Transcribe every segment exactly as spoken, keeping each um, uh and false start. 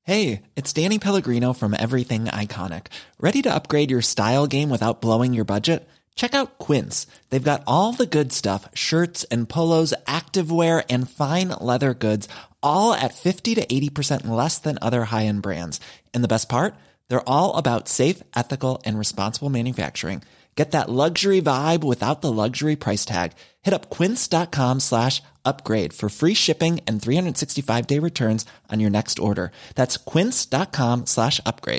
Hey, it's Danny Pellegrino from Everything Iconic. Ready to upgrade your style game without blowing your budget? Check out Quince. They've got all the good stuff, shirts and polos, activewear, and fine leather goods, all at fifty to eighty percent less than other high-end brands. And the best part? They're all about safe, ethical, and responsible manufacturing. Get that luxury vibe without the luxury price tag. Hit up quince.com slash upgrade for free shipping and three sixty-five day returns on your next order. That's quince.com slash upgrade.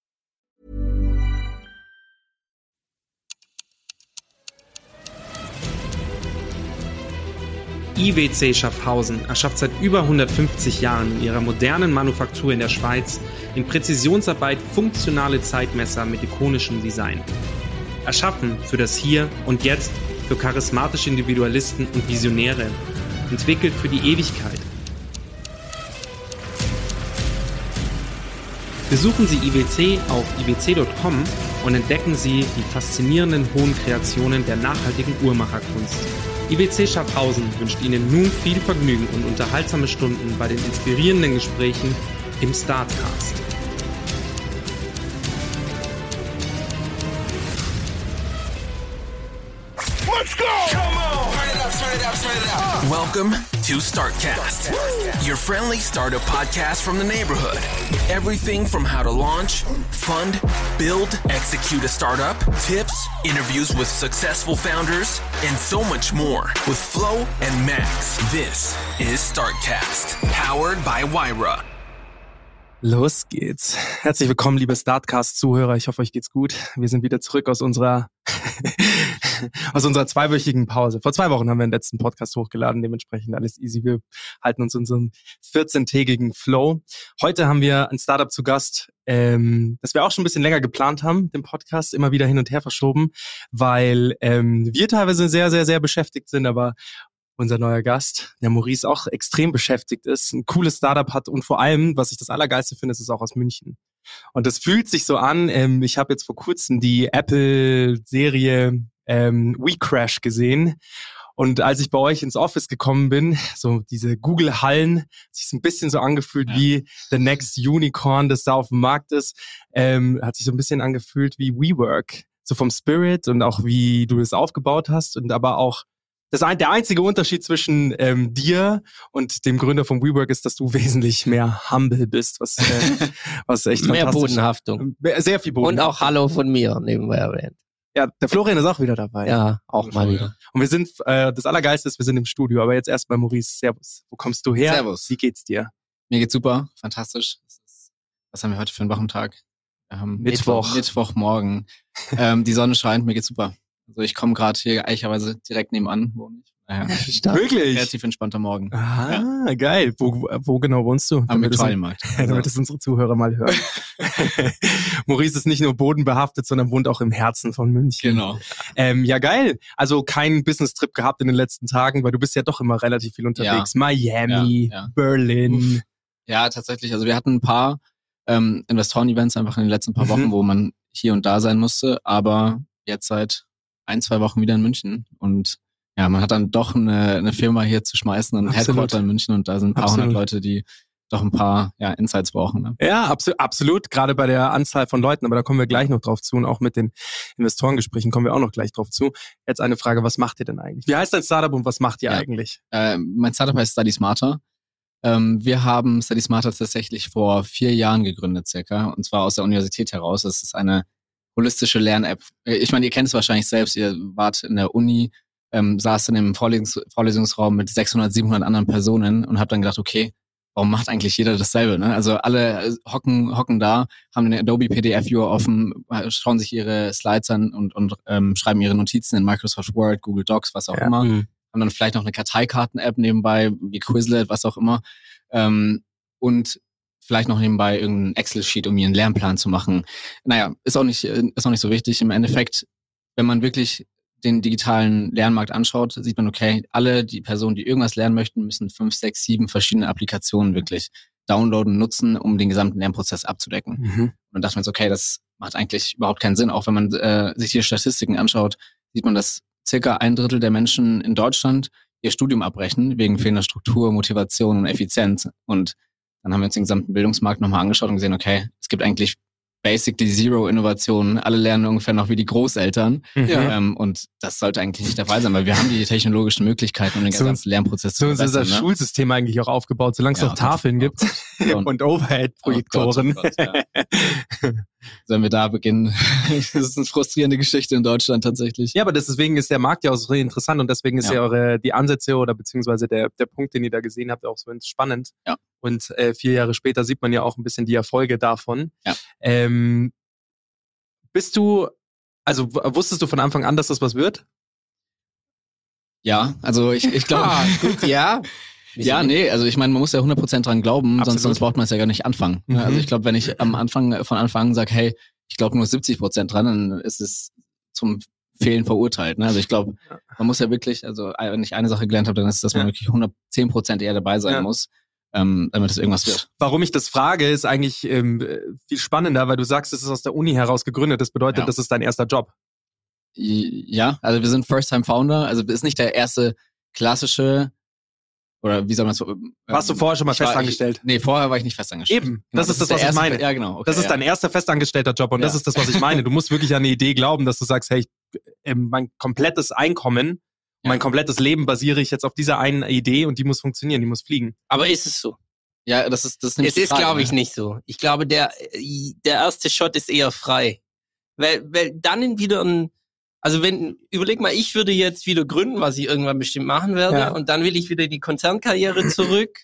I W C Schaffhausen erschafft seit über hundertfünfzig Jahren in ihrer modernen Manufaktur in der Schweiz in Präzisionsarbeit funktionale Zeitmesser mit ikonischem Design. Erschaffen für das Hier und Jetzt, für charismatische Individualisten und Visionäre. Entwickelt für die Ewigkeit. Besuchen Sie I W C auf i w c punkt com und entdecken Sie die faszinierenden hohen Kreationen der nachhaltigen Uhrmacherkunst. I W C Schaffhausen wünscht Ihnen nun viel Vergnügen und unterhaltsame Stunden bei den inspirierenden Gesprächen im Startcast. Let's go! Come on! Turn it up, turn it up, turn it up. Welcome to Startcast, your friendly startup podcast from the neighborhood. Everything from how to launch, fund, build, execute a startup, tips, interviews with successful founders, and so much more with Flo and Max. This is Startcast, powered by Wyra. Los geht's. Herzlich willkommen, liebe Startcast-Zuhörer. Ich hoffe, euch geht's gut. Wir sind wieder zurück aus unserer aus unserer zweiwöchigen Pause. Vor zwei Wochen haben wir den letzten Podcast hochgeladen, dementsprechend alles easy. Wir halten uns in so einem vierzehntägigen Flow. Heute haben wir ein Startup zu Gast, ähm, das wir auch schon ein bisschen länger geplant haben, den Podcast immer wieder hin und her verschoben, weil ähm, wir teilweise sehr, sehr, sehr beschäftigt sind, aber unser neuer Gast, der Maurice, auch extrem beschäftigt ist, ein cooles Startup hat und vor allem, was ich das Allergeilste finde, ist es auch aus München. Und das fühlt sich so an, ähm, ich habe jetzt vor kurzem die Apple-Serie ähm, WeCrash gesehen und als ich bei euch ins Office gekommen bin, so diese Google-Hallen, sich so ein bisschen so angefühlt ja. wie the next Unicorn, das da auf dem Markt ist, ähm, hat sich so ein bisschen angefühlt wie WeWork, so vom Spirit und auch wie du es aufgebaut hast und aber auch Das ein, der einzige Unterschied zwischen ähm, dir und dem Gründer von WeWork ist, dass du wesentlich mehr humble bist, was, äh, was echt mehr fantastisch ist. Mehr Bodenhaftung. Sehr viel Bodenhaftung. Und auch Hallo von mir, nebenbei erwähnt. Ja, der Florian ist auch wieder dabei. Ja, auch mal wieder. Und wir sind, äh, das Allergeilste ist, wir sind im Studio, aber jetzt erstmal Maurice, servus. Wo kommst du her? Servus. Wie geht's dir? Mir geht's super, fantastisch. Was haben wir heute für einen Wochentag? Wir haben Mittwoch. Mittwochmorgen. ähm, die Sonne scheint, mir geht's super. Also ich komme gerade hier ehrlicherweise direkt nebenan, wohne ich. Naja, wirklich? Relativ entspannter Morgen. Ah, ja. Geil. Wo, wo genau wohnst du? Am Viktualienmarkt. Also. Damit das unsere Zuhörer mal hören. Maurice ist nicht nur bodenbehaftet, sondern wohnt auch im Herzen von München. Genau. Ähm, ja, geil. Also keinen Business-Trip gehabt in den letzten Tagen, weil du bist ja doch immer relativ viel unterwegs. Ja. Miami, ja, ja. Berlin. Uff. Ja, tatsächlich. Also wir hatten ein paar ähm, Investoren-Events einfach in den letzten paar Wochen, mhm. wo man hier und da sein musste, aber jetzt seit ein, zwei Wochen wieder in München und ja, man hat dann doch eine, eine Firma hier zu schmeißen und ein Headquarter in München und da sind ein paar hundert Leute, die doch ein paar ja, Insights brauchen. Ne? Ja, absolut, absolut, gerade bei der Anzahl von Leuten, aber da kommen wir gleich noch drauf zu und auch mit den Investorengesprächen kommen wir auch noch gleich drauf zu. Jetzt eine Frage, was macht ihr denn eigentlich? Wie heißt dein Startup und was macht ihr ja. eigentlich? Äh, mein Startup heißt Study Smarter. Ähm, wir haben Study Smarter tatsächlich vor vier Jahren gegründet circa und zwar aus der Universität heraus. Es ist eine holistische Lern-App. Ich meine, ihr kennt es wahrscheinlich selbst, ihr wart in der Uni, ähm, saß in einem Vorlesungs- Vorlesungsraum mit sechshundert, siebenhundert anderen Personen und habt dann gedacht, okay, warum macht eigentlich jeder dasselbe? Ne? Also alle hocken hocken da, haben den Adobe P D F-Viewer offen, schauen sich ihre Slides an und, und ähm, schreiben ihre Notizen in Microsoft Word, Google Docs, was auch ja. immer. Mhm. Haben dann vielleicht noch eine Karteikarten-App nebenbei, wie Quizlet, was auch immer. Ähm, und vielleicht noch nebenbei irgendein Excel-Sheet, um ihren Lernplan zu machen. Naja, ist auch nicht, ist auch nicht so wichtig. Im Endeffekt, wenn man wirklich den digitalen Lernmarkt anschaut, sieht man, okay, alle die Personen, die irgendwas lernen möchten, müssen fünf, sechs, sieben verschiedene Applikationen wirklich downloaden, nutzen, um den gesamten Lernprozess abzudecken. Mhm. Und dann dachte man so, okay, das macht eigentlich überhaupt keinen Sinn. Auch wenn man äh, sich die Statistiken anschaut, sieht man, dass circa ein Drittel der Menschen in Deutschland ihr Studium abbrechen, wegen fehlender Struktur, Motivation und Effizienz. Und dann haben wir uns den gesamten Bildungsmarkt nochmal angeschaut und gesehen, okay, es gibt eigentlich basically zero Innovationen. Alle lernen ungefähr noch wie die Großeltern. Mhm. Ähm, und das sollte eigentlich nicht der Fall sein, weil wir haben die technologischen Möglichkeiten, um den So- ganzen Lernprozess zu So ist verbessern. unser ne? Schulsystem eigentlich auch aufgebaut, solange es Ja, noch oh Gott, Tafeln oh gibt Gott. und Overhead-Projektoren. Oh Gott, oh Gott, ja. Sollen wir da beginnen? Das ist eine frustrierende Geschichte in Deutschland tatsächlich. Ja, aber deswegen ist der Markt ja auch so interessant und deswegen ist ja, Ja. eure, die Ansätze oder beziehungsweise der, der Punkt, den ihr da gesehen habt, auch so spannend. Ja. Und äh, vier Jahre später sieht man ja auch ein bisschen die Erfolge davon. Ja. Ähm, bist du, also w- wusstest du von Anfang an, dass das was wird? Ja, also ich, ich glaube, Ah, gut, ja. Wieso ja, nicht? nee, also ich meine, man muss ja hundert Prozent dran glauben, Absolut. sonst, sonst braucht man es ja gar nicht anfangen. Mhm. Also ich glaube, wenn ich am Anfang von Anfang an sage, hey, ich glaube nur siebzig Prozent dran, dann ist es zum Fehlen verurteilt. Ne? Also ich glaube, man muss ja wirklich, also wenn ich eine Sache gelernt habe, dann ist es, dass man Ja. wirklich hundertzehn Prozent eher dabei sein Ja. muss, ähm, damit es irgendwas wird. Warum ich das frage, ist eigentlich ähm, viel spannender, weil du sagst, es ist aus der Uni heraus gegründet. Das bedeutet, Ja. das ist dein erster Job. Ja, also wir sind First-Time-Founder, also es ist nicht der erste klassische, oder wie soll man es so... ähm, Warst du vorher schon mal ich war- festangestellt? Ich, nee, vorher war ich nicht festangestellt. Eben, Genau, das ist das, der was ich erste- meine. Ja, genau. Okay, Das ist ja. dein erster festangestellter Job und das Ja. ist das, was ich meine. Du musst wirklich an eine Idee glauben, dass du sagst, hey, ich, ähm, mein komplettes Einkommen, Ja. mein komplettes Leben basiere ich jetzt auf dieser einen Idee und die muss funktionieren, die muss fliegen. Aber ist es so? Ja, das ist das ist nämlich Es die ist, Frage, glaube ich, ne? nicht so. Ich glaube, der, äh, der erste Shot ist eher frei. Weil, weil dann wieder ein, also wenn, überleg mal, ich würde jetzt wieder gründen, was ich irgendwann bestimmt machen werde, Ja. und dann will ich wieder in die Konzernkarriere zurück.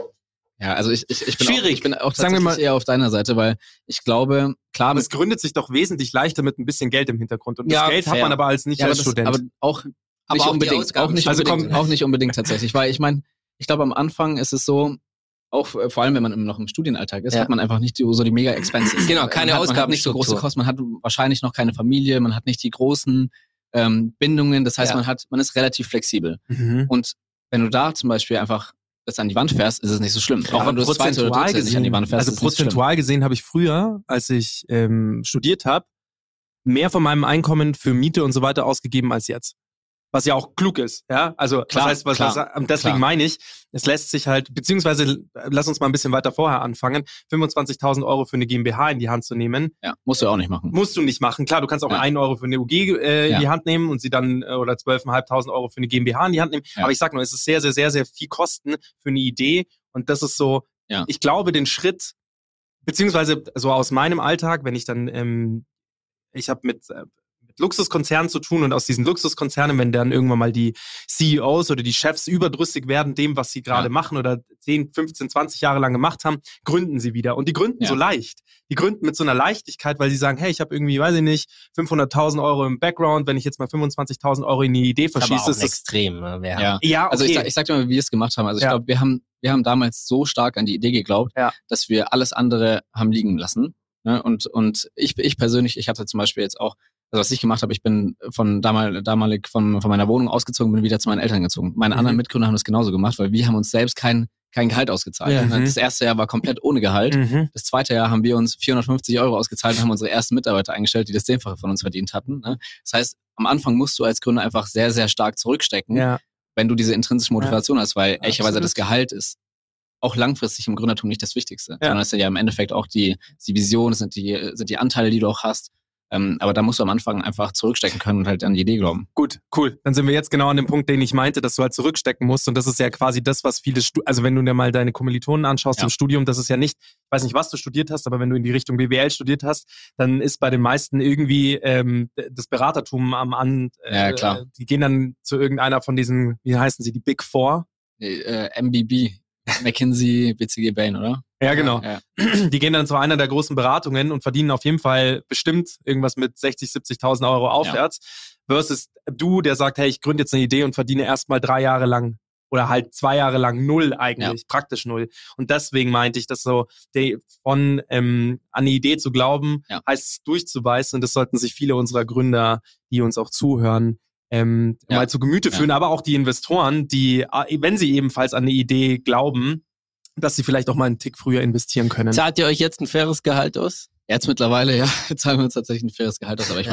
Ja, also ich, ich, ich bin Schwierig. Auch, ich bin auch Sagen wir tatsächlich mal- eher auf deiner Seite, weil ich glaube, klar, Aber mit, es gründet sich doch wesentlich leichter mit ein bisschen Geld im Hintergrund. Und Ja, das Geld hat fair. man aber als nicht ja, aber, als das, Student. aber auch Aber nicht auch die unbedingt, Ausgaben. auch nicht Also unbedingt, komm- auch nicht unbedingt tatsächlich, weil ich meine, ich glaube am Anfang ist es so, auch äh, vor allem wenn man im- noch im Studienalltag ist, Ja. hat man einfach nicht die, so die mega Expenses. Genau, Man keine hat, man hat nicht so große Ausgabenstruktur. Kosten, man hat wahrscheinlich noch keine Familie, man hat nicht die großen ähm, Bindungen, das heißt, Ja. man hat, man ist relativ flexibel. mhm. Und wenn du da zum Beispiel einfach das an die Wand fährst, ist es nicht so schlimm. Auch Aber wenn du das zweite oder dritte nicht an die Wand fährst, also ist es nicht so schlimm. prozentual gesehen habe ich früher, als ich ähm, studiert habe, mehr von meinem Einkommen für Miete und so weiter ausgegeben als jetzt. Was ja auch klug ist, ja. Also Klar, was heißt, was, klar, was und deswegen klar. meine ich, es lässt sich halt, beziehungsweise lass uns mal ein bisschen weiter vorher anfangen, fünfundzwanzigtausend Euro für eine GmbH in die Hand zu nehmen, Ja, musst du auch nicht machen. musst du nicht machen. Klar, du kannst auch Ja. einen Euro für eine U G äh, in Ja. die Hand nehmen und sie dann äh, oder zwölftausendfünfhundert Euro für eine GmbH in die Hand nehmen. Ja. Aber ich sag nur, es ist sehr, sehr, sehr, sehr viel Kosten für eine Idee und das ist so, Ja. ich glaube, den Schritt, beziehungsweise so aus meinem Alltag, wenn ich dann, ähm, ich habe mit, äh, mit Luxuskonzernen zu tun und aus diesen Luxuskonzernen, wenn dann irgendwann mal die C E Os oder die Chefs überdrüssig werden, dem, was sie gerade Ja. machen oder zehn, fünfzehn, zwanzig Jahre lang gemacht haben, gründen sie wieder. Und die gründen Ja. so leicht. Die gründen mit so einer Leichtigkeit, weil sie sagen, hey, ich habe irgendwie, weiß ich nicht, fünfhunderttausend Euro im Background, wenn ich jetzt mal fünfundzwanzigtausend Euro in die Idee Aber verschieße, auch ist das... extrem. Ne? Wir haben- Ja. Ja, okay. Also ich, sag- ich sag dir mal, wie wir es gemacht haben. Also ich Ja. glaube, wir haben, wir haben damals so stark an die Idee geglaubt, Ja. dass wir alles andere haben liegen lassen. Ne? Und, und ich, ich persönlich, ich hatte zum Beispiel jetzt auch, also was ich gemacht habe, ich bin von damal, damalig von, von meiner Wohnung ausgezogen, bin wieder zu meinen Eltern gezogen. Meine Mhm. anderen Mitgründer haben das genauso gemacht, weil wir haben uns selbst kein, kein Gehalt ausgezahlt. Ja. Ne? Das erste Jahr war komplett ohne Gehalt. Mhm. Das zweite Jahr haben wir uns vierhundertfünfzig Euro ausgezahlt und haben unsere ersten Mitarbeiter eingestellt, die das Zehnfache von uns verdient hatten. Ne? Das heißt, am Anfang musst du als Gründer einfach sehr, sehr stark zurückstecken, Ja. wenn du diese intrinsische Motivation hast, weil Absolut. ehrlicherweise das Gehalt ist auch langfristig im Gründertum nicht das Wichtigste, Ja. sondern es sind ja im Endeffekt auch die, die Vision, es sind die, sind die Anteile, die du auch hast. Ähm, aber da musst du am Anfang einfach zurückstecken können und halt an die Idee glauben. Gut, cool. Dann sind wir jetzt genau an dem Punkt, den ich meinte, dass du halt zurückstecken musst. Und das ist ja quasi das, was viele, Stu- also wenn du dir mal deine Kommilitonen anschaust Ja. im Studium, das ist ja nicht, ich weiß nicht, was du studiert hast, aber wenn du in die Richtung B W L studiert hast, dann ist bei den meisten irgendwie ähm, das Beratertum am an. Äh, Ja, klar. Die gehen dann zu irgendeiner von diesen, wie heißen sie, die Big Four. Äh, M B B, McKinsey, B C G Bain, oder? Ja, genau. Ja, Die gehen dann zu einer der großen Beratungen und verdienen auf jeden Fall bestimmt irgendwas mit sechzig, siebzigtausend Euro aufwärts. Versus du, der sagt, hey, ich gründe jetzt eine Idee und verdiene erstmal drei Jahre lang oder halt zwei Jahre lang null eigentlich, Ja. praktisch null. Und deswegen meinte ich, dass so die, von ähm, an eine Idee zu glauben, Ja. heißt es durchzubeißen. Und das sollten sich viele unserer Gründer, die uns auch zuhören, ähm, Ja. mal zu Gemüte Ja. führen. Aber auch die Investoren, die, äh, wenn sie ebenfalls an eine Idee glauben, dass sie vielleicht auch mal einen Tick früher investieren können. Zahlt ihr euch jetzt ein faires Gehalt aus? Jetzt mittlerweile, ja, zahlen wir uns tatsächlich ein faires Gehalt aus. Aber ich meine,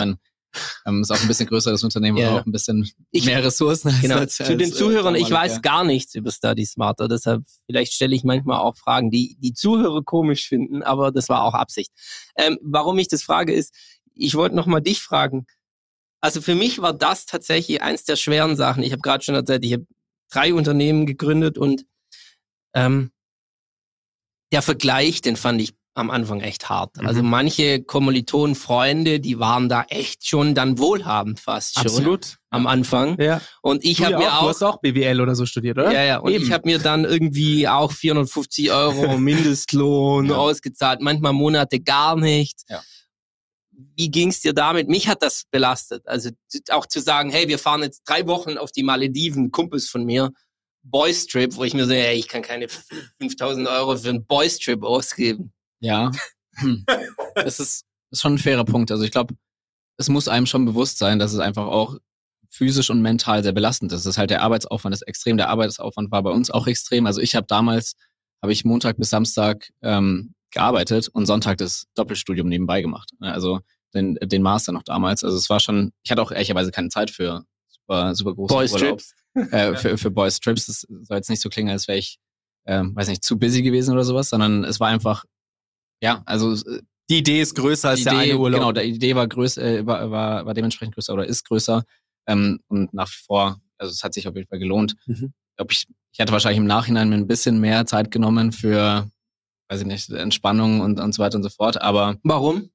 Ähm, ist auch ein bisschen größer, das Unternehmen, Ja. auch ein bisschen Ich- mehr Ressourcen. Als, Genau. als, Zu den als, Zuhörern, äh, ich weiß damalig, gar nichts über Study Smarter, deshalb vielleicht stelle ich manchmal auch Fragen, die die Zuhörer komisch finden, aber das war auch Absicht. Ähm, warum ich das frage ist, ich wollte noch mal dich fragen. Also für mich war das tatsächlich eins der schweren Sachen. Ich habe gerade schon erzählt, ich habe drei Unternehmen gegründet und ähm, der Vergleich, den fand ich am Anfang echt hart. Mhm. Also manche Kommilitonen, Freunde, die waren da echt schon dann wohlhabend fast schon Absolut. am Anfang. Ja. Und ich Du habe ja mir auch, auch, du hast auch B W L oder so studiert, oder? ja, ja, und Eben. ich habe mir dann irgendwie auch vierhundertfünfzig Euro Mindestlohn Ja. ausgezahlt, manchmal Monate gar nicht. Ja. Wie ging's dir damit? Mich hat das belastet. Also auch zu sagen, hey, wir fahren jetzt drei Wochen auf die Malediven, Kumpels von mir, Boys Trip, wo ich mir so, hey, ich kann keine fünftausend Euro für einen Boys Trip ausgeben. Ja, hm. es ist, ist schon ein fairer Punkt. Also ich glaube, es muss einem schon bewusst sein, dass es einfach auch physisch und mental sehr belastend ist. Das ist halt der Arbeitsaufwand ist extrem. Der Arbeitsaufwand war bei uns auch extrem. Also ich habe damals, habe ich Montag bis Samstag ähm, gearbeitet und Sonntag das Doppelstudium nebenbei gemacht. Also den, den Master noch damals. Also es war schon, ich hatte auch ehrlicherweise keine Zeit für super, super große Boys Urlaubs. Äh, für, für Boys Trips. Das soll jetzt nicht so klingen, als wäre ich, ähm, weiß nicht, zu busy gewesen oder sowas, sondern es war einfach, ja, also Die Idee ist größer als die der Idee, eine Urlaub. Genau, die Idee war größer, äh, war, war, war dementsprechend größer oder ist größer. Ähm, und nach wie vor, also es hat sich auf jeden Fall gelohnt. Mhm. Ob ich, ich hätte wahrscheinlich im Nachhinein mir ein bisschen mehr Zeit genommen für, weiß ich nicht, Entspannung und, und so weiter und so fort. Aber Warum?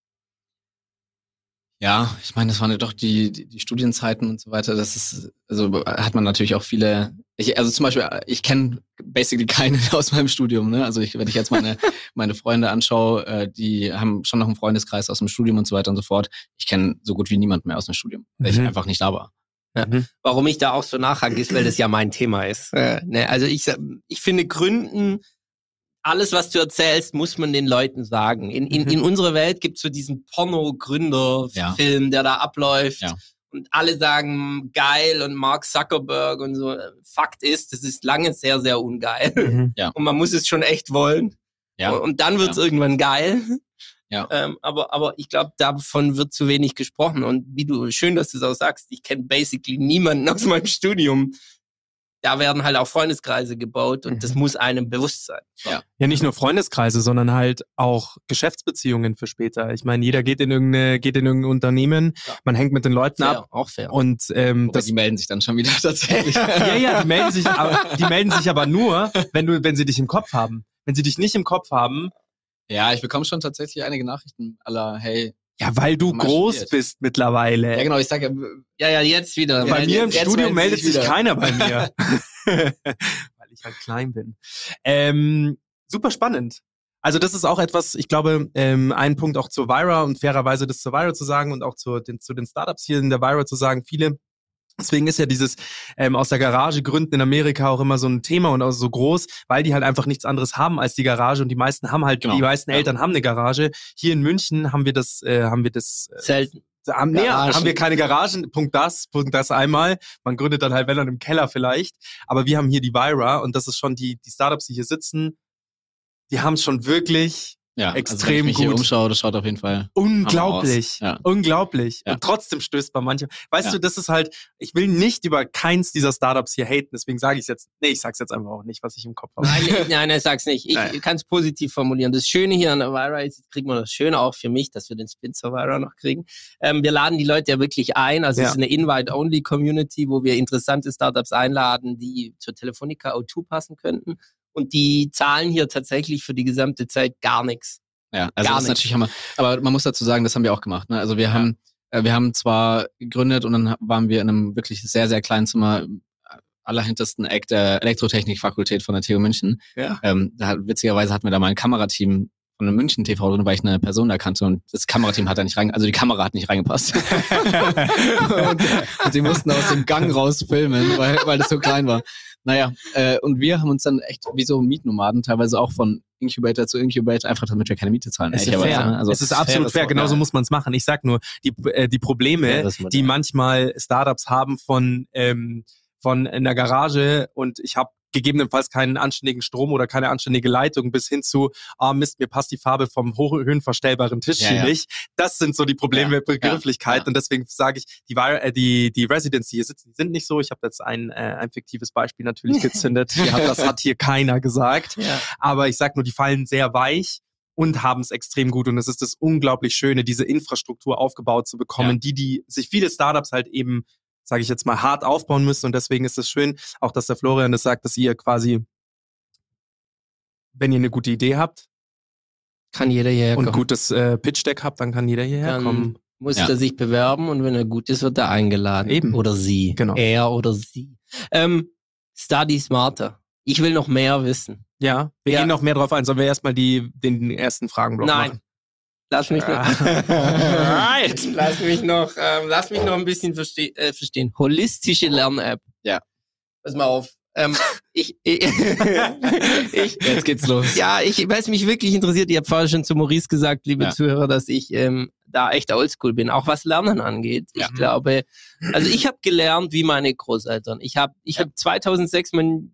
ja, ich meine, das waren ja doch die, die, die Studienzeiten und so weiter. Das ist, also hat man natürlich auch viele, ich, also zum Beispiel, ich kenne basically keinen aus meinem Studium, ne? Also ich, wenn ich jetzt meine, meine Freunde anschaue, äh, die haben schon noch einen Freundeskreis aus dem Studium und so weiter und so fort. Ich kenne so gut wie niemand mehr aus dem Studium, weil Mhm. ich einfach nicht da war. Ja. Mhm. Warum ich da auch so nachhake, ist, weil das ja mein Thema ist. Äh, ne, also ich, ich finde Gründen, alles, was du erzählst, muss man den Leuten sagen. In, in, Mhm. in unserer Welt gibt's so diesen Porno-Gründer-Film, Ja. der da abläuft. Ja. Und alle sagen, geil und Mark Zuckerberg und so. Fakt ist, das ist lange sehr, sehr ungeil. Mhm. Und man muss es schon echt wollen. Ja. Und dann wird's Ja. irgendwann geil. Ja. Ähm, aber, aber ich glaube, davon wird zu wenig gesprochen. Und wie du, schön, dass du es auch sagst, ich kenne basically niemanden aus meinem Studium. Da werden halt auch Freundeskreise gebaut und Mhm. das muss einem bewusst sein. Ja, nicht nur Freundeskreise, sondern halt auch Geschäftsbeziehungen für später. Ich meine, jeder geht in irgendeine, geht in irgendein Unternehmen, Ja. man hängt mit den Leuten Fair, ab auch fair. und ähm, Wobei das die melden sich dann schon wieder tatsächlich. ja, ja, die melden sich, aber, die melden sich aber nur, wenn du, wenn sie dich im Kopf haben. Wenn sie dich nicht im Kopf haben, Ja, ich bekomme schon tatsächlich einige Nachrichten aller, hey, ja, weil du Haben wir groß studiert. bist mittlerweile. ja genau, ich sage, Ja, ja, jetzt wieder. Bei Weil mir im jetzt- Studium melden meldet sie sich wieder. keiner bei mir. Weil ich halt klein bin. Ähm, super spannend. Also das ist auch etwas, ich glaube, ähm, ein Punkt auch zur Vira und fairerweise das zur Vira zu sagen und auch zu den, zu den Startups hier in der Vira zu sagen, viele. Deswegen ist ja dieses ähm, aus der Garage gründen in Amerika auch immer so ein Thema und auch so groß, weil die halt einfach nichts anderes haben als die Garage und die meisten haben halt, Genau. die meisten Ja. Eltern haben eine Garage. Hier in München haben wir das, äh, haben wir das äh, Selten. haben, nee, Garagen. haben wir keine Garagen, Punkt das, Punkt das einmal. Man gründet dann halt, wenn dann im Keller vielleicht. Aber wir haben hier die Vira und das ist schon die, die Startups, die hier sitzen, die haben es schon wirklich ja, Extrem also wenn ich mich hier gut. umschaue, das schaut auf jeden Fall. unglaublich. Hammer aus. Ja. Unglaublich. Ja. Und trotzdem stößt man manchmal. Weißt Ja. du, das ist halt, ich will nicht über keins dieser Startups hier haten, deswegen sage ich es jetzt, nee, ich sag's jetzt einfach auch nicht, was ich im Kopf habe. Nein, ich- nein, nein, sag's nicht. Ich Nein. kann es positiv formulieren. Das Schöne hier an der Vira ist, jetzt kriegen wir das Schöne auch für mich, dass wir den Spin zur Vira noch kriegen. Ähm, wir laden die Leute ja wirklich ein. Also Ja. es ist eine Invite-Only-Community, wo wir interessante Startups einladen, die zur Telefonica O zwei passen könnten. Und die zahlen hier tatsächlich für die gesamte Zeit gar nichts. Ja, also Gar das ist nicht. natürlich Hammer. Aber man muss dazu sagen, das haben wir auch gemacht. Ne? Also wir Ja. haben, äh, wir haben zwar gegründet und dann waren wir in einem wirklich sehr, sehr kleinen Zimmer, äh, allerhintersten Eck der Elektrotechnikfakultät von der T U München. Ja. Ähm, da, witzigerweise hatten wir da mal ein Kamerateam von einem München T V drin, weil ich eine Person da kannte und das Kamerateam hat da nicht rein, also die Kamera hat nicht reingepasst. und, und sie mussten aus dem Gang raus filmen, weil, weil das so klein war. Naja, äh, und wir haben uns dann echt wie so Mietnomaden, teilweise auch von Incubator zu Incubator, einfach damit wir keine Miete zahlen. Es ist ehrlicherweise, fair. ne? Also, es ist absolut fair, genauso muss man es machen. Ich sag nur, die, äh, die Probleme, Faires Modell. die manchmal Startups haben von, ähm, von einer Garage und ich habe gegebenenfalls keinen anständigen Strom oder keine anständige Leitung bis hin zu, ah Mist, mir passt die Farbe vom hoch- höhenverstellbaren Tisch Ja, hier ja. nicht. Das sind so die Probleme Ja, mit Begrifflichkeit ja, ja. und deswegen sage ich, die, äh, die, die Residents, die hier sitzen, die sind nicht so. Ich habe jetzt ein, äh, ein fiktives Beispiel natürlich gezündet. Die hat, das hat hier keiner gesagt. Ja. Aber ich sag nur, die fallen sehr weich und haben es extrem gut. Und es ist das unglaublich Schöne, diese Infrastruktur aufgebaut zu bekommen, Ja. die, die sich viele Startups halt eben, sage ich jetzt mal, hart aufbauen müssen. Und deswegen ist es schön, auch dass der Florian das sagt, dass ihr quasi, wenn ihr eine gute Idee habt Kann jeder hierher und kommen. gutes äh, Pitch-Deck habt, dann kann jeder hierher Dann kommen. muss Ja. er sich bewerben und wenn er gut ist, wird er eingeladen. Eben. Oder sie. Genau. Er oder sie. Ähm, Study Smarter. Ich will noch mehr wissen. Ja, wir Ja. gehen noch mehr drauf ein. Sollen wir erstmal die, den ersten Fragenblock Nein. machen? Lass mich noch, Right. lass mich noch, ähm, lass mich noch ein bisschen verste äh, verstehen. Holistische Lern-App. Ja. Pass mal auf. Ähm, ich, ich, ich, Jetzt geht's los. ja, ich, weil es mich wirklich interessiert, ich habe vorher schon zu Maurice gesagt, liebe Ja. Zuhörer, dass ich ähm, da echt oldschool bin, auch was Lernen angeht. Ja. Ich glaube, also ich habe gelernt wie meine Großeltern. Ich habe ich Ja. hab zweitausendsechs mein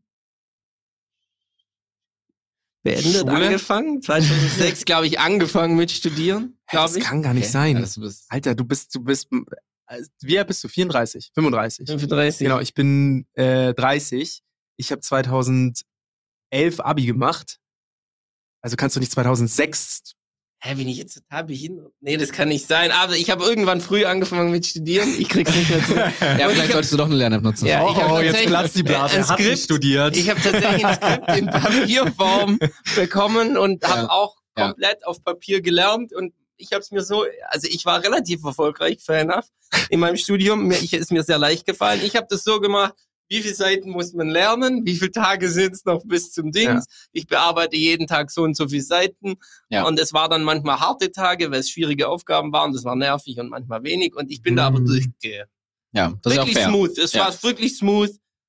beendet, Schule? angefangen. zweitausendsechs, glaube ich, angefangen mit Studieren, Das glaube ich. kann gar nicht Okay. sein. Ja, das bist, Alter, du bist, du bist, äh, wie alt bist du? vierunddreißig? fünfunddreißig? fünfunddreißig. Genau, ich bin äh, dreißig. Ich habe zweitausendelf Abi gemacht. Also kannst du nicht zweitausendsechs... Hä, bin ich jetzt total behindert? Nee, das kann nicht sein. Aber ich habe irgendwann früh angefangen mit Studieren. Ich krieg's nicht mehr zurück. ja, Und vielleicht ich hab- solltest du doch eine Lern-App nutzen. Ja, ich hab oh, jetzt tatsächlich platzt die Blase. ein Er hat nicht Skript. studiert. Ich habe tatsächlich ein Skript in Papierform bekommen und habe Ja. auch Ja. komplett auf Papier gelernt und ich habe es mir so, also ich war relativ erfolgreich, fair enough, in meinem Studium. Mir ich, ist mir sehr leicht gefallen. Ich habe das so gemacht, wie viele Seiten muss man lernen, wie viele Tage sind es noch bis zum Dings. Ich bearbeite jeden Tag so und so viele Seiten Ja. und es war dann manchmal harte Tage, weil es schwierige Aufgaben waren, das war nervig und manchmal wenig und ich bin da aber Mhm. durchge... Ja, das ist auch Wirklich fair. smooth, es Ja. war wirklich smooth.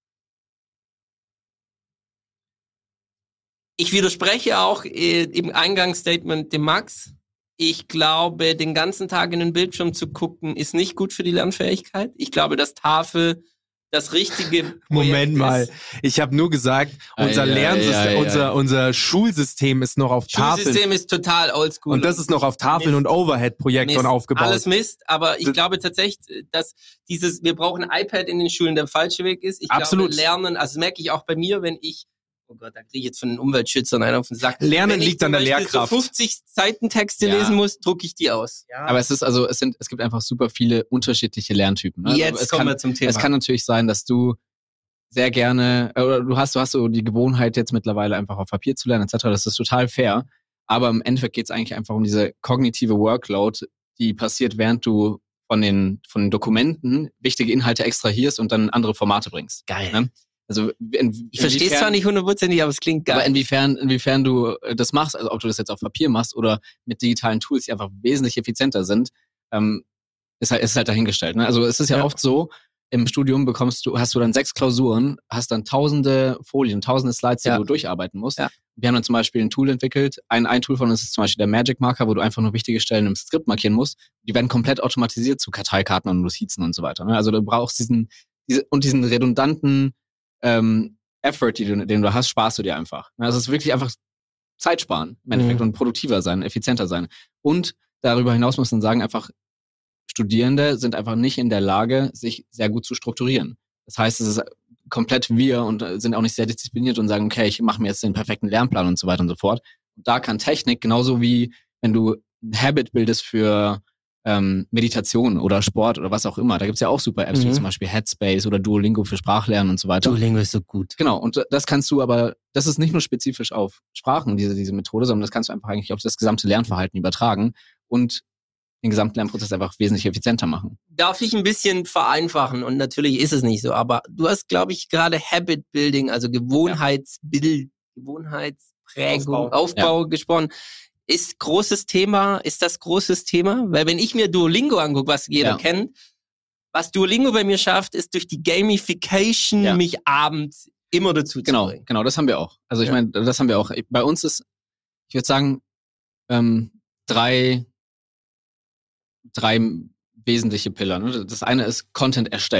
Ich widerspreche auch äh, im Eingangsstatement dem Max. Ich glaube, den ganzen Tag in den Bildschirm zu gucken, ist nicht gut für die Lernfähigkeit. Ich glaube, dass Tafel das richtige Projekt Moment mal. ist. Ich habe nur gesagt, unser Ei, ei, Lernsystem, ei, ei, unser, ei. unser Schulsystem ist noch auf Tafeln. Schulsystem ist total oldschool. Und das ist noch auf Tafeln und Overhead-Projektoren Mist. aufgebaut. Alles Mist, aber ich Das- glaube tatsächlich, dass dieses, wir brauchen ein iPad in den Schulen der falsche Weg ist. Ich Absolut. glaube, Lernen, also das merke ich auch bei mir, wenn ich, oh Gott, da kriege ich jetzt von den Umweltschützern einen auf den Sack. Lernen wenn ich liegt an zum der Beispiel Lehrkraft. so fünfzig Seiten Texte Ja. lesen muss, drucke ich die aus. Ja. Aber es ist also, es sind, es gibt einfach super viele unterschiedliche Lerntypen. Ne? Jetzt es kommen kann, wir zum Thema. Es kann natürlich sein, dass du sehr gerne, äh, oder du hast, du hast so die Gewohnheit jetzt mittlerweile einfach auf Papier zu lernen, et cetera. Das ist total fair. Aber im Endeffekt geht es eigentlich einfach um diese kognitive Workload, die passiert, während du von den, von den Dokumenten wichtige Inhalte extrahierst und dann in andere Formate bringst. Geil. Ne? Also in, Ich verstehe es zwar nicht hundertprozentig, aber es klingt geil. aber inwiefern, inwiefern du äh, das machst, also ob du das jetzt auf Papier machst oder mit digitalen Tools, die einfach wesentlich effizienter sind, ähm, ist halt, ist halt dahingestellt. Ne? Also es ist ja, Ja. oft so, im Studium bekommst du, hast du dann sechs Klausuren, hast dann tausende Folien, tausende Slides, die Ja. du durcharbeiten musst. Ja. Wir haben dann zum Beispiel ein Tool entwickelt. Ein, ein Tool von uns ist zum Beispiel der Magic Marker, wo du einfach nur wichtige Stellen im Skript markieren musst. Die werden komplett automatisiert zu Karteikarten und Notizen und so weiter. Ne? Also du brauchst diesen, diese, und diesen redundanten ähm, Effort, die du, den du hast, sparst du dir einfach. Ne? Also es ist wirklich einfach Zeit sparen im Endeffekt Mhm. und produktiver sein, effizienter sein. Und darüber hinaus muss man sagen, einfach Studierende sind einfach nicht in der Lage, sich sehr gut zu strukturieren. Das heißt, es ist komplett wir und äh, sind auch nicht sehr diszipliniert und sagen, okay, ich mache mir jetzt den perfekten Lernplan und so weiter und so fort. Und da kann Technik, genauso wie wenn du ein Habit bildest für ähm, Meditation oder Sport oder was auch immer, da gibt's ja auch super Apps, Mhm. wie zum Beispiel Headspace oder Duolingo für Sprachlernen und so weiter. Duolingo ist so gut. Genau, und das kannst du aber, das ist nicht nur spezifisch auf Sprachen, diese, diese Methode, sondern das kannst du einfach eigentlich auf das gesamte Lernverhalten übertragen und den gesamten Lernprozess einfach wesentlich effizienter machen. Darf ich ein bisschen vereinfachen? Und natürlich ist es nicht so, aber du hast, glaube ich, gerade Habit Building, also Gewohnheitsbild, Gewohnheitsprägung, Aufbau. Aufbau gesprochen. Ist großes Thema, ist das großes Thema? Weil wenn ich mir Duolingo angucke, was jeder Ja. kennt, was Duolingo bei mir schafft, ist durch die Gamification Ja. mich abends immer dazu Genau, zu bringen. genau, das haben wir auch. Also ich Ja. meine, das haben wir auch. Bei uns ist, ich würde sagen, ähm, drei, drei wesentliche Pillar. Ne? Das eine ist Content erstellen.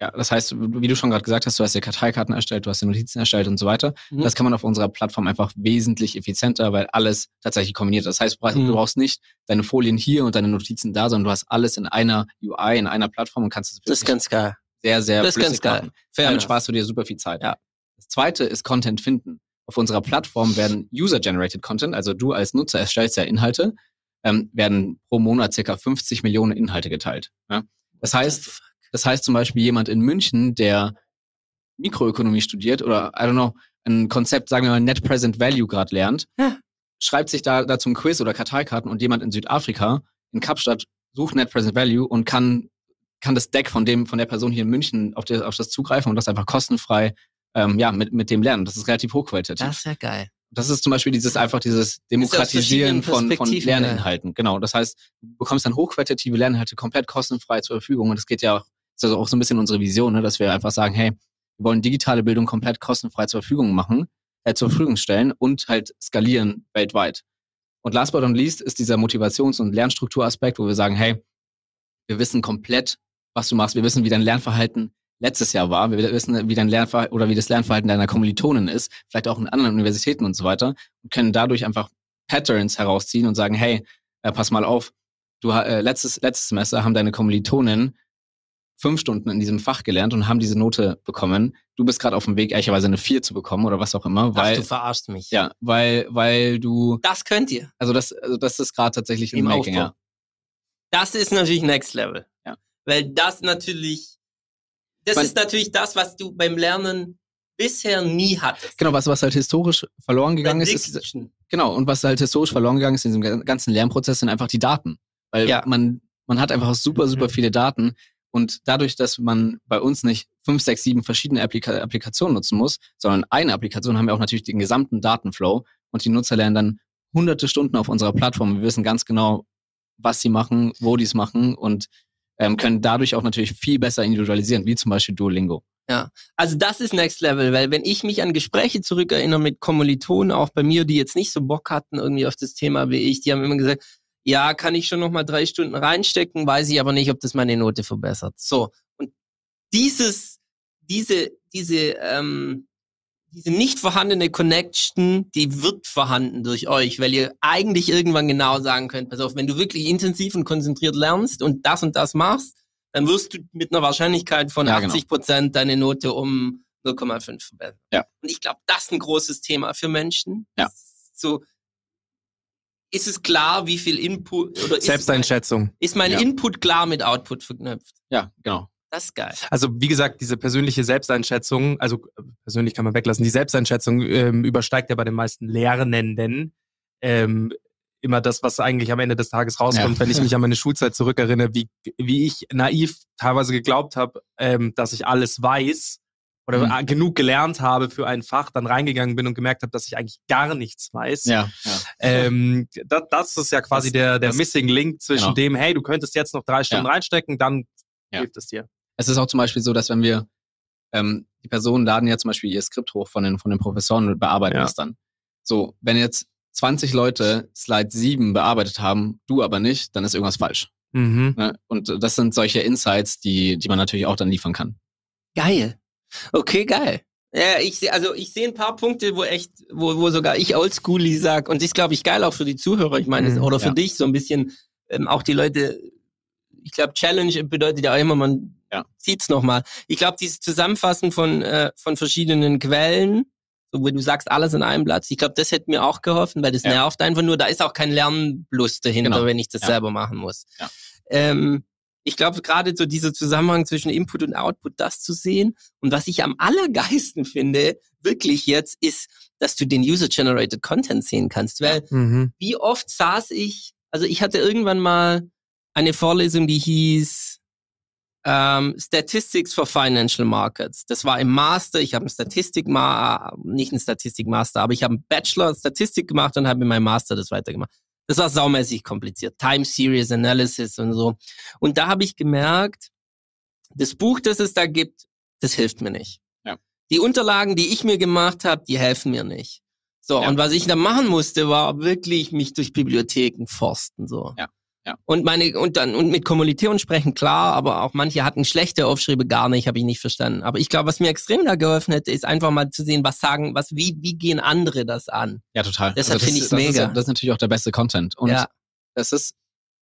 Ja, das heißt, wie du schon gerade gesagt hast, du hast ja Karteikarten erstellt, du hast ja Notizen erstellt und so weiter. Mhm. Das kann man auf unserer Plattform einfach wesentlich effizienter, weil alles tatsächlich kombiniert. Das heißt, du mhm. brauchst nicht deine Folien hier und deine Notizen da, sondern du hast alles in einer U I, in einer Plattform und kannst es das ist ganz geil. sehr, sehr das ist ganz geil. machen. Damit sparst du dir super viel Zeit. Ja. Das zweite ist Content finden. Auf unserer Plattform werden User-Generated Content, also du als Nutzer erstellst ja Inhalte, ähm, werden pro Monat circa fünfzig Millionen Inhalte geteilt. Ja? Das heißt, das heißt zum Beispiel jemand in München, der Mikroökonomie studiert oder, I don't know, ein Konzept, sagen wir mal, Net Present Value gerade lernt, ja. schreibt sich da, da zum Quiz oder Karteikarten und jemand in Südafrika, in Kapstadt, sucht Net Present Value und kann, kann das Deck von dem, von der Person hier in München auf, der, auf das zugreifen und das einfach kostenfrei, ähm, ja, mit, mit dem lernen. Das ist relativ hochqualitativ. Das ist ja geil. Das ist zum Beispiel dieses einfach dieses Demokratisieren von, von Lerninhalten. Genau. Das heißt, du bekommst dann hochqualitative Lerninhalte komplett kostenfrei zur Verfügung. Und das geht ja auch, ist also auch so ein bisschen unsere Vision, ne, dass wir einfach sagen, hey, wir wollen digitale Bildung komplett kostenfrei zur Verfügung machen, äh, zur Verfügung stellen und halt skalieren weltweit. Und last but not least ist dieser Motivations- und Lernstrukturaspekt, wo wir sagen, hey, wir wissen komplett, was du machst. Wir wissen, wie dein Lernverhalten letztes Jahr war. Wir wissen, wie dein Lernverhalten oder wie das Lernverhalten deiner Kommilitonen ist, vielleicht auch in anderen Universitäten und so weiter, und können dadurch einfach Patterns herausziehen und sagen, hey, äh, pass mal auf, du äh, letztes letztes Semester haben deine Kommilitonen fünf Stunden in diesem Fach gelernt und haben diese Note bekommen. Du bist gerade auf dem Weg, ehrlicherweise eine vier zu bekommen oder was auch immer. Weil, Ach, du verarschst mich. Ja, weil weil du... Das könnt ihr. Also das, also das ist gerade tatsächlich im Making, ja. Das ist natürlich Next Level. Ja. Weil das natürlich... Das Man, ist natürlich das, was du beim Lernen bisher nie hattest. Genau, was, was halt historisch verloren gegangen ist, ist, genau, und was halt historisch verloren gegangen ist in diesem ganzen Lernprozess, sind einfach die Daten. Weil ja. man, man hat einfach super, super viele Daten, und dadurch, dass man bei uns nicht fünf, sechs, sieben verschiedene Applika- Applikationen nutzen muss, sondern eine Applikation, haben wir auch natürlich den gesamten Datenflow, und die Nutzer lernen dann hunderte Stunden auf unserer Plattform. Wir wissen ganz genau, was sie machen, wo die es machen, und Ähm, können dadurch auch natürlich viel besser individualisieren, wie zum Beispiel Duolingo. Ja, also das ist Next Level, weil wenn ich mich an Gespräche zurückerinnere mit Kommilitonen, auch bei mir, die jetzt nicht so Bock hatten irgendwie auf das Thema wie ich, die haben immer gesagt, ja, kann ich schon noch mal drei Stunden reinstecken, weiß ich aber nicht, ob das meine Note verbessert. So, und dieses, diese, diese, ähm, diese nicht vorhandene Connection, die wird vorhanden durch euch, weil ihr eigentlich irgendwann genau sagen könnt, pass auf, wenn du wirklich intensiv und konzentriert lernst und das und das machst, dann wirst du mit einer Wahrscheinlichkeit von ja, achtzig Prozent genau. deine Note um null Komma fünf verbessern. Ja. Und ich glaube, das ist ein großes Thema für Menschen. Ja. So, ist es klar, wie viel Input oder Selbsteinschätzung. Ist mein, ist mein ja. Input klar mit Output verknüpft? Ja, genau. Das ist geil. Also wie gesagt, diese persönliche Selbsteinschätzung, also persönlich kann man weglassen, die Selbsteinschätzung ähm, übersteigt ja bei den meisten Lernenden ähm, immer das, was eigentlich am Ende des Tages rauskommt. Ja. Wenn ich mich an meine Schulzeit zurückerinnere, wie wie ich naiv teilweise geglaubt habe, ähm, dass ich alles weiß oder mhm. genug gelernt habe für ein Fach, dann reingegangen bin und gemerkt habe, dass ich eigentlich gar nichts weiß. Ja, ja. Ähm, das, das ist ja quasi das, der, der das, Missing Link zwischen genau. dem, hey, du könntest jetzt noch drei Stunden ja. reinstecken, dann ja. hilft es dir. Es ist auch zum Beispiel so, dass wenn wir, ähm, die Personen laden ja zum Beispiel ihr Skript hoch von den, von den Professoren und bearbeiten ja. das dann. So, wenn jetzt zwanzig Leute Slide sieben bearbeitet haben, du aber nicht, dann ist irgendwas falsch. Mhm. Ne? Und das sind solche Insights, die, die man natürlich auch dann liefern kann. Geil. Okay, geil. Ja, ich sehe, also ich sehe ein paar Punkte, wo echt, wo, wo sogar ich Oldschoolie sag, und das ist, glaube ich, geil auch für die Zuhörer, ich meine, mhm, oder für ja. dich so ein bisschen, ähm, auch die Leute, ich glaube, Challenge bedeutet ja auch immer, man ja. sieht's nochmal. Ich glaube, dieses Zusammenfassen von, äh, von verschiedenen Quellen, so wo du sagst, alles an einem Platz, ich glaube, das hätte mir auch geholfen, weil das ja. nervt einfach nur, da ist auch kein Lernlust dahinter, genau. wenn ich das ja. selber machen muss. Ja. Ähm, ich glaube, gerade so dieser Zusammenhang zwischen Input und Output, das zu sehen. Und was ich am allergeilsten finde, wirklich jetzt, ist, dass du den User-Generated Content sehen kannst. Weil mhm. wie oft saß ich, also ich hatte irgendwann mal eine Vorlesung, die hieß ähm, Statistics for Financial Markets. Das war im Master. Ich habe einen Statistik, nicht einen Statistik-Master, aber ich habe einen Bachelor Statistik gemacht und habe in meinem Master das weitergemacht. Das war saumäßig kompliziert. Time Series Analysis und so. Und da habe ich gemerkt, das Buch, das es da gibt, das hilft mir nicht. Ja. Die Unterlagen, die ich mir gemacht habe, die helfen mir nicht. So, ja. und was ich da machen musste, war wirklich mich durch Bibliotheken forsten. So. Ja. Ja. Und meine, und dann, und mit Kommilitonen sprechen, klar, aber auch manche hatten schlechte Aufschriebe gar nicht, habe ich nicht verstanden. Aber ich glaube, was mir extrem da geholfen hätte, ist einfach mal zu sehen, was sagen, was, wie, wie gehen andere das an? Ja, total. Deshalb also finde ich es das mega. Ist, ja- das ist natürlich auch der beste Content. Und Ja. das ist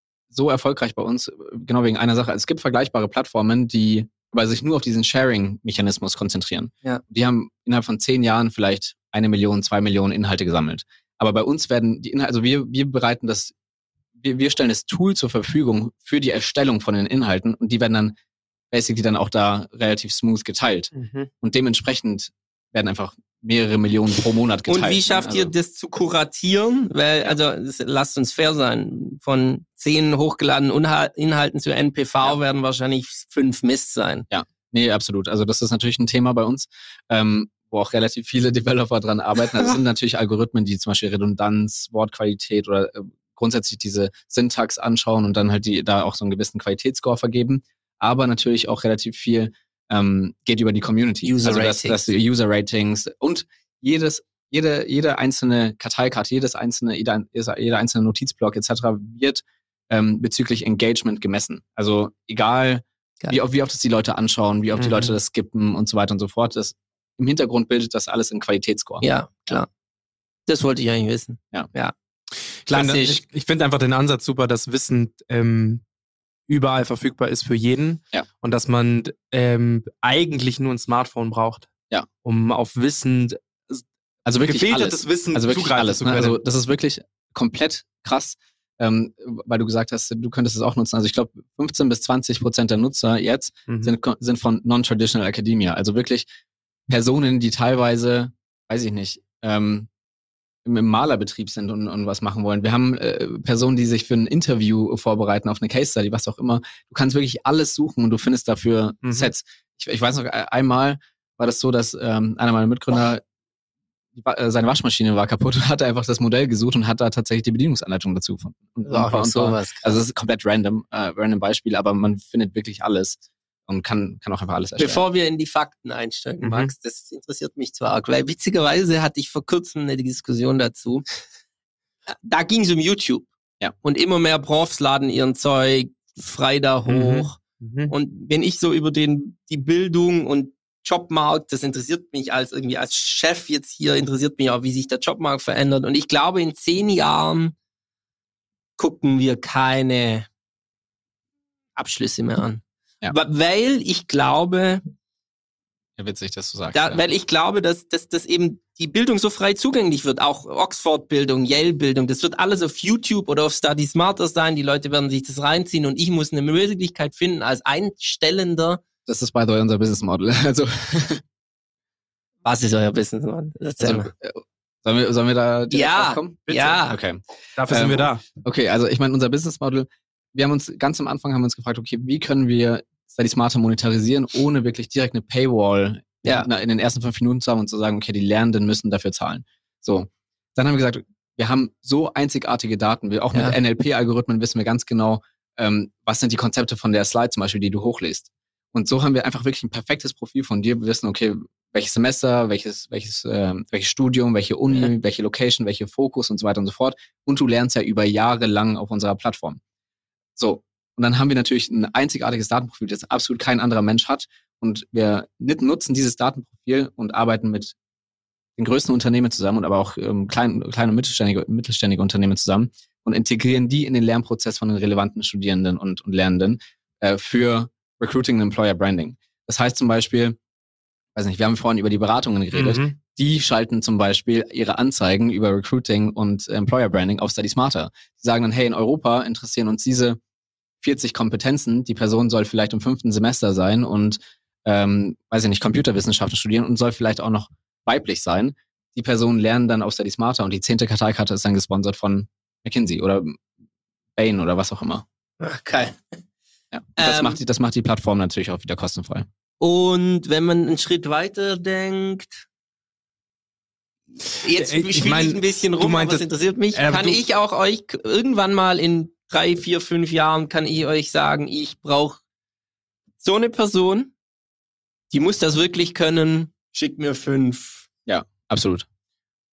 so erfolgreich bei uns, genau wegen einer Sache. Es gibt vergleichbare Plattformen, die aber sich nur auf diesen Sharing-Mechanismus konzentrieren. Ja. Die haben innerhalb von zehn Jahren vielleicht eine Million, zwei Millionen Inhalte gesammelt. Aber bei uns werden die Inhalte, also wir, wir bereiten das, wir, wir stellen das Tool zur Verfügung für die Erstellung von den Inhalten und die werden dann basically dann auch da relativ smooth geteilt. Mhm. Und dementsprechend werden einfach mehrere Millionen pro Monat geteilt. Und wie schafft also, ihr das zu kuratieren? Weil, also, das, lasst uns fair sein. Von zehn hochgeladenen Unhal- Inhalten zu N P V Ja. werden wahrscheinlich fünf Mist sein. Ja, nee, absolut. Also das ist natürlich ein Thema bei uns, ähm, wo auch relativ viele Developer dran arbeiten. Also es sind natürlich Algorithmen, die zum Beispiel Redundanz, Wortqualität oder äh, grundsätzlich diese Syntax anschauen und dann halt die da auch so einen gewissen Qualitätsscore vergeben. Aber natürlich auch relativ viel ähm, geht über die Community. User also das, Ratings. das User Ratings und jedes, jede, jede einzelne Karteikarte, jedes einzelne, jeder, jeder einzelne Notizblock et cetera wird ähm, bezüglich Engagement gemessen. Also egal, Geil. wie, oft- wie oft es die Leute anschauen, wie oft die Mhm. Leute das skippen und so weiter und so fort. Das, im Hintergrund bildet das alles in Qualitätsscore. Ja, klar. Das wollte ich eigentlich wissen. Ja. Ja. Ich finde Klassisch. ich, ich find einfach den Ansatz super, dass Wissen ähm, überall verfügbar ist für jeden Ja. und dass man ähm, eigentlich nur ein Smartphone braucht, Ja. um auf Wissen, Also wirklich gefiltertes alles. Wissen Also wirklich zugreifen alles. zu Ne? können. Also das ist wirklich komplett krass, ähm, weil du gesagt hast, du könntest es auch nutzen. Also ich glaube, fünfzehn bis zwanzig Prozent der Nutzer jetzt Mhm. sind, sind von Non-Traditional Academia. Also wirklich Personen, die teilweise, weiß ich nicht, ähm, im, im Malerbetrieb sind und, und was machen wollen. Wir haben äh, Personen, die sich für ein Interview vorbereiten, auf eine Case Study, was auch immer. Du kannst wirklich alles suchen und du findest dafür Mhm. Sets. Ich, ich weiß noch, einmal war das so, dass ähm, einer meiner Mitgründer, die, Wa- äh, seine Waschmaschine war kaputt und hat einfach das Modell gesucht und hat da tatsächlich die Bedienungsanleitung dazu gefunden. Und, und, Auch noch und, sowas. also es ist komplett random, äh, random Beispiel, aber man findet wirklich alles und kann, kann auch einfach alles erstellen. Bevor wir in die Fakten einsteigen, Mhm. Max, das interessiert mich zwar arg, weil witzigerweise hatte ich vor kurzem eine Diskussion dazu. Da ging es um YouTube. Ja. Und immer mehr Profs laden ihren Zeug frei da hoch. Mhm. Und wenn ich so über den, die Bildung und Jobmarkt, das interessiert mich als irgendwie als Chef jetzt hier, interessiert mich auch, wie sich der Jobmarkt verändert. Und ich glaube, in zehn Jahren gucken wir keine Abschlüsse mehr an. Ja. Wa- Weil ich glaube, Ja, witzig, dass du sagst. da, ja. weil ich glaube, dass, dass, dass eben die Bildung so frei zugänglich wird, auch Oxford-Bildung, Yale-Bildung, das wird alles auf YouTube oder auf Study Smarter sein, die Leute werden sich das reinziehen und ich muss eine Möglichkeit finden, als Einstellender, Das ist by the way unser Business Model. Also, was ist euer Business? Mann? Erzähl also mal. äh, sollen, wir, sollen wir da direkt Ja, draufkommen? ja. Okay. Dafür sind Ähm, wir da. Okay, also ich meine, unser Business Model, wir haben uns ganz am Anfang haben wir uns gefragt, okay, wie können wir Study Smarter monetarisieren, ohne wirklich direkt eine Paywall Ja. in, in den ersten fünf Minuten zu haben und zu sagen, okay, die Lernenden müssen dafür zahlen. So. Dann haben wir gesagt, wir haben so einzigartige Daten, wir auch mit Ja. N L P-Algorithmen wissen wir ganz genau, ähm, was sind die Konzepte von der Slide zum Beispiel, die du hochlässt. Und so haben wir einfach wirklich ein perfektes Profil von dir. Wir wissen, okay, welches Semester, welches, welches, äh, welches Studium, welche Uni, Ja. welche Location, welche Fokus und so weiter und so fort. Und du lernst ja über Jahre lang auf unserer Plattform. So. Und dann haben wir natürlich ein einzigartiges Datenprofil, das absolut kein anderer Mensch hat. Und wir nit- nutzen dieses Datenprofil und arbeiten mit den größten Unternehmen zusammen und aber auch ähm, klein, kleine und mittelständige, mittelständige Unternehmen zusammen und integrieren die in den Lernprozess von den relevanten Studierenden und, und Lernenden äh, für Recruiting und Employer Branding. Das heißt zum Beispiel, weiß nicht, wir haben vorhin über die Beratungen geredet, Mhm. die schalten zum Beispiel ihre Anzeigen über Recruiting und Employer Branding auf Study Smarter. Die sagen dann, hey, in Europa interessieren uns diese vierzig Kompetenzen, die Person soll vielleicht im fünften Semester sein und, ähm, weiß ich nicht, Computerwissenschaften studieren und soll vielleicht auch noch weiblich sein. Die Personen lernen dann auf Study Smarter und die zehnte Karteikarte ist dann gesponsert von McKinsey oder Bain oder was auch immer. Okay. Ja. Und das, Ähm, macht die, das macht die Plattform natürlich auch wieder kostenfrei. Und wenn man einen Schritt weiter denkt, jetzt Äh, ich spiele mein, ich ein bisschen du rum, aber meintest- es interessiert mich. äh, Kann du- ich auch euch k- irgendwann mal in drei, vier, fünf Jahren, kann ich euch sagen, ich brauche so eine Person, die muss das wirklich können, schickt mir fünf. Absolut.